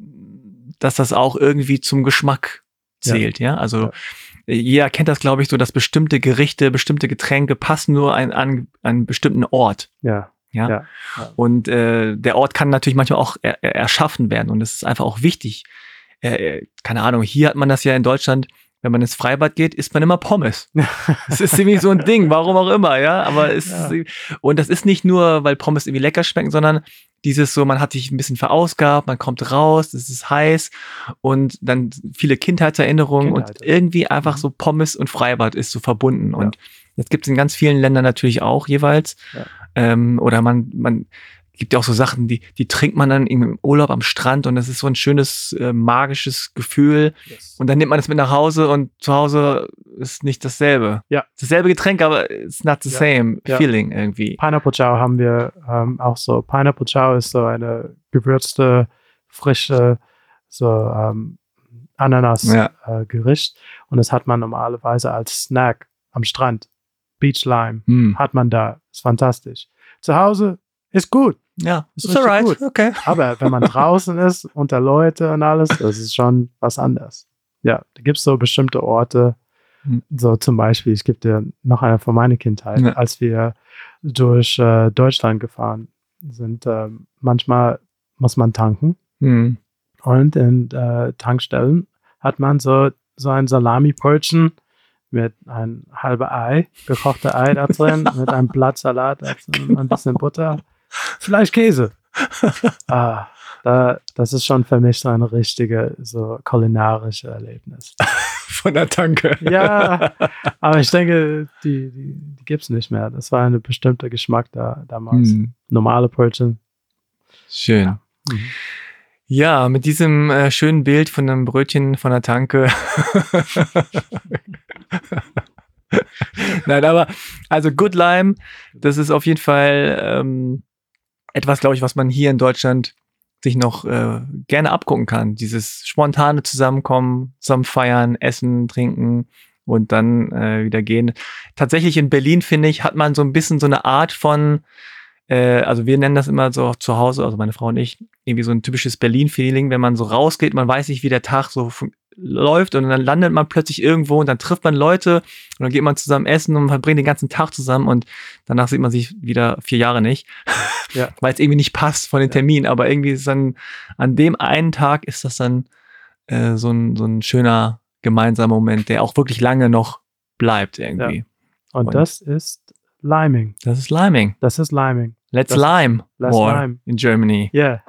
dass das auch irgendwie zum Geschmack zählt. Ja, ja? Also ja. Jeder kennt das, glaube ich, so, dass bestimmte Gerichte, bestimmte Getränke passen nur an, an einen bestimmten Ort. Ja. Ja. ja, ja. Und äh, der Ort kann natürlich manchmal auch er, er erschaffen werden. Und das ist einfach auch wichtig. Äh, keine Ahnung, hier hat man das ja in Deutschland, wenn man ins Freibad geht, isst man immer Pommes. Das ist ziemlich so ein Ding, warum auch immer, ja. Aber es ja. Ist, und das ist nicht nur, weil Pommes irgendwie lecker schmecken, sondern dieses so, man hat sich ein bisschen verausgabt, man kommt raus, es ist heiß und dann viele Kindheitserinnerungen Kindheit. Und irgendwie einfach so Pommes und Freibad ist so verbunden. Ja. Und das gibt es in ganz vielen Ländern natürlich auch jeweils. Ja. Ähm, oder man, man gibt ja auch so Sachen, die, die trinkt man dann im Urlaub am Strand und das ist so ein schönes, äh, magisches Gefühl. Yes. Und dann nimmt man das mit nach Hause und zu Hause ist nicht dasselbe. Ja. Dasselbe Getränk, aber it's not the ja. same ja. feeling irgendwie. Pineapple Chow haben wir ähm, auch so. Pineapple Chow ist so eine gewürzte, frische, so ähm, Ananas-Gericht. Ja. Äh, und das hat man normalerweise als Snack am Strand. Beach Lime hm. hat man da. Ist fantastisch. Zu Hause ist gut. Ja, ist ist alright. Gut. Okay. Aber wenn man draußen ist, unter Leute und alles, das ist schon was anderes. Ja, da gibt es so bestimmte Orte, hm. so zum Beispiel, ich gebe dir noch eine von meiner Kindheit, ja. als wir durch äh, Deutschland gefahren sind, äh, manchmal muss man tanken hm. und in äh, Tankstellen hat man so, so ein Salami-Brötchen mit einem halben Ei, gekochte Ei da drin, mit einem Blatt Salat, ein bisschen Butter, vielleicht Käse. Ah, da, das ist schon für mich so ein richtiges so kulinarisches Erlebnis. Von der Tanke. Ja, aber ich denke, die, die, die gibt es nicht mehr. Das war ein bestimmter Geschmack da damals. Hm. Normale Brötchen. Schön. Ja. Mhm. Ja, mit diesem äh, schönen Bild von einem Brötchen von der Tanke. Nein, aber also Good Lime, das ist auf jeden Fall ähm, etwas, glaube ich, was man hier in Deutschland sich noch äh, gerne abgucken kann. Dieses spontane Zusammenkommen, zusammen feiern, essen, trinken und dann äh, wieder gehen. Tatsächlich in Berlin, finde ich, hat man so ein bisschen so eine Art von also wir nennen das immer so zu Hause, also meine Frau und ich, irgendwie so ein typisches Berlin-Feeling, wenn man so rausgeht, man weiß nicht, wie der Tag so fun- läuft und dann landet man plötzlich irgendwo und dann trifft man Leute und dann geht man zusammen essen und man verbringt den ganzen Tag zusammen und danach sieht man sich wieder vier Jahre nicht, ja. weil es irgendwie nicht passt von den ja. Terminen, aber irgendwie ist dann, an dem einen Tag ist das dann äh, so, ein, so ein schöner gemeinsamer Moment, der auch wirklich lange noch bleibt irgendwie. Ja. Und, und das ist Liming. Das ist Liming. Das ist Liming. Let's das lime let's more lime. in Germany. Yeah.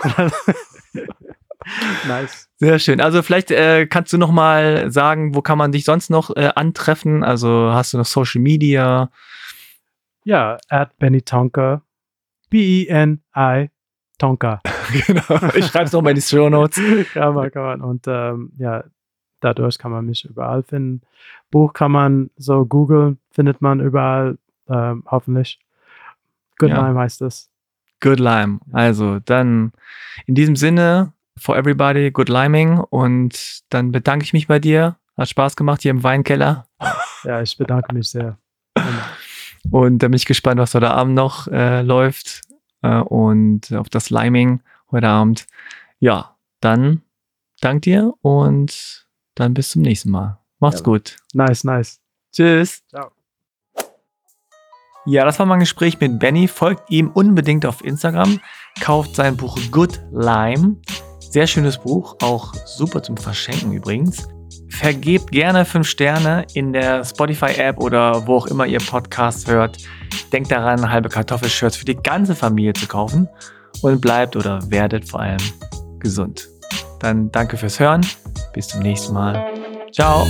Nice. Sehr schön. Also vielleicht äh, kannst du noch mal sagen, wo kann man dich sonst noch äh, antreffen? Also hast du noch Social Media? Ja, at Benny Tonka B E N I Tonka. Genau, ich schreibe es nochmal in die Show Notes. Kann man, kann man. Und ähm, ja, dadurch kann man mich überall finden. Buch kann man so googeln, findet man überall, ähm, hoffentlich. Good Ja. Lime heißt es. Good Lime. Also dann in diesem Sinne, for everybody, good liming. Und dann bedanke ich mich bei dir. Hat Spaß gemacht hier im Weinkeller. Ja, ich bedanke mich sehr. Und da bin ich gespannt, was heute Abend noch äh, läuft. Äh, und auf das Liming heute Abend. Ja, dann dank dir und dann bis zum nächsten Mal. Macht's Ja. gut. Nice, nice. Tschüss. Ciao. Ja, das war mein Gespräch mit Benny. Folgt ihm unbedingt auf Instagram. Kauft sein Buch Good Lime. Sehr schönes Buch, auch super zum Verschenken übrigens. Vergebt gerne fünf Sterne in der Spotify-App oder wo auch immer ihr Podcasts hört. Denkt daran, halbe Kartoffelshirts für die ganze Familie zu kaufen. Und bleibt oder werdet vor allem gesund. Dann danke fürs Hören. Bis zum nächsten Mal. Ciao.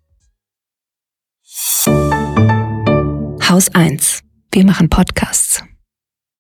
Haus eins. Wir machen Podcasts.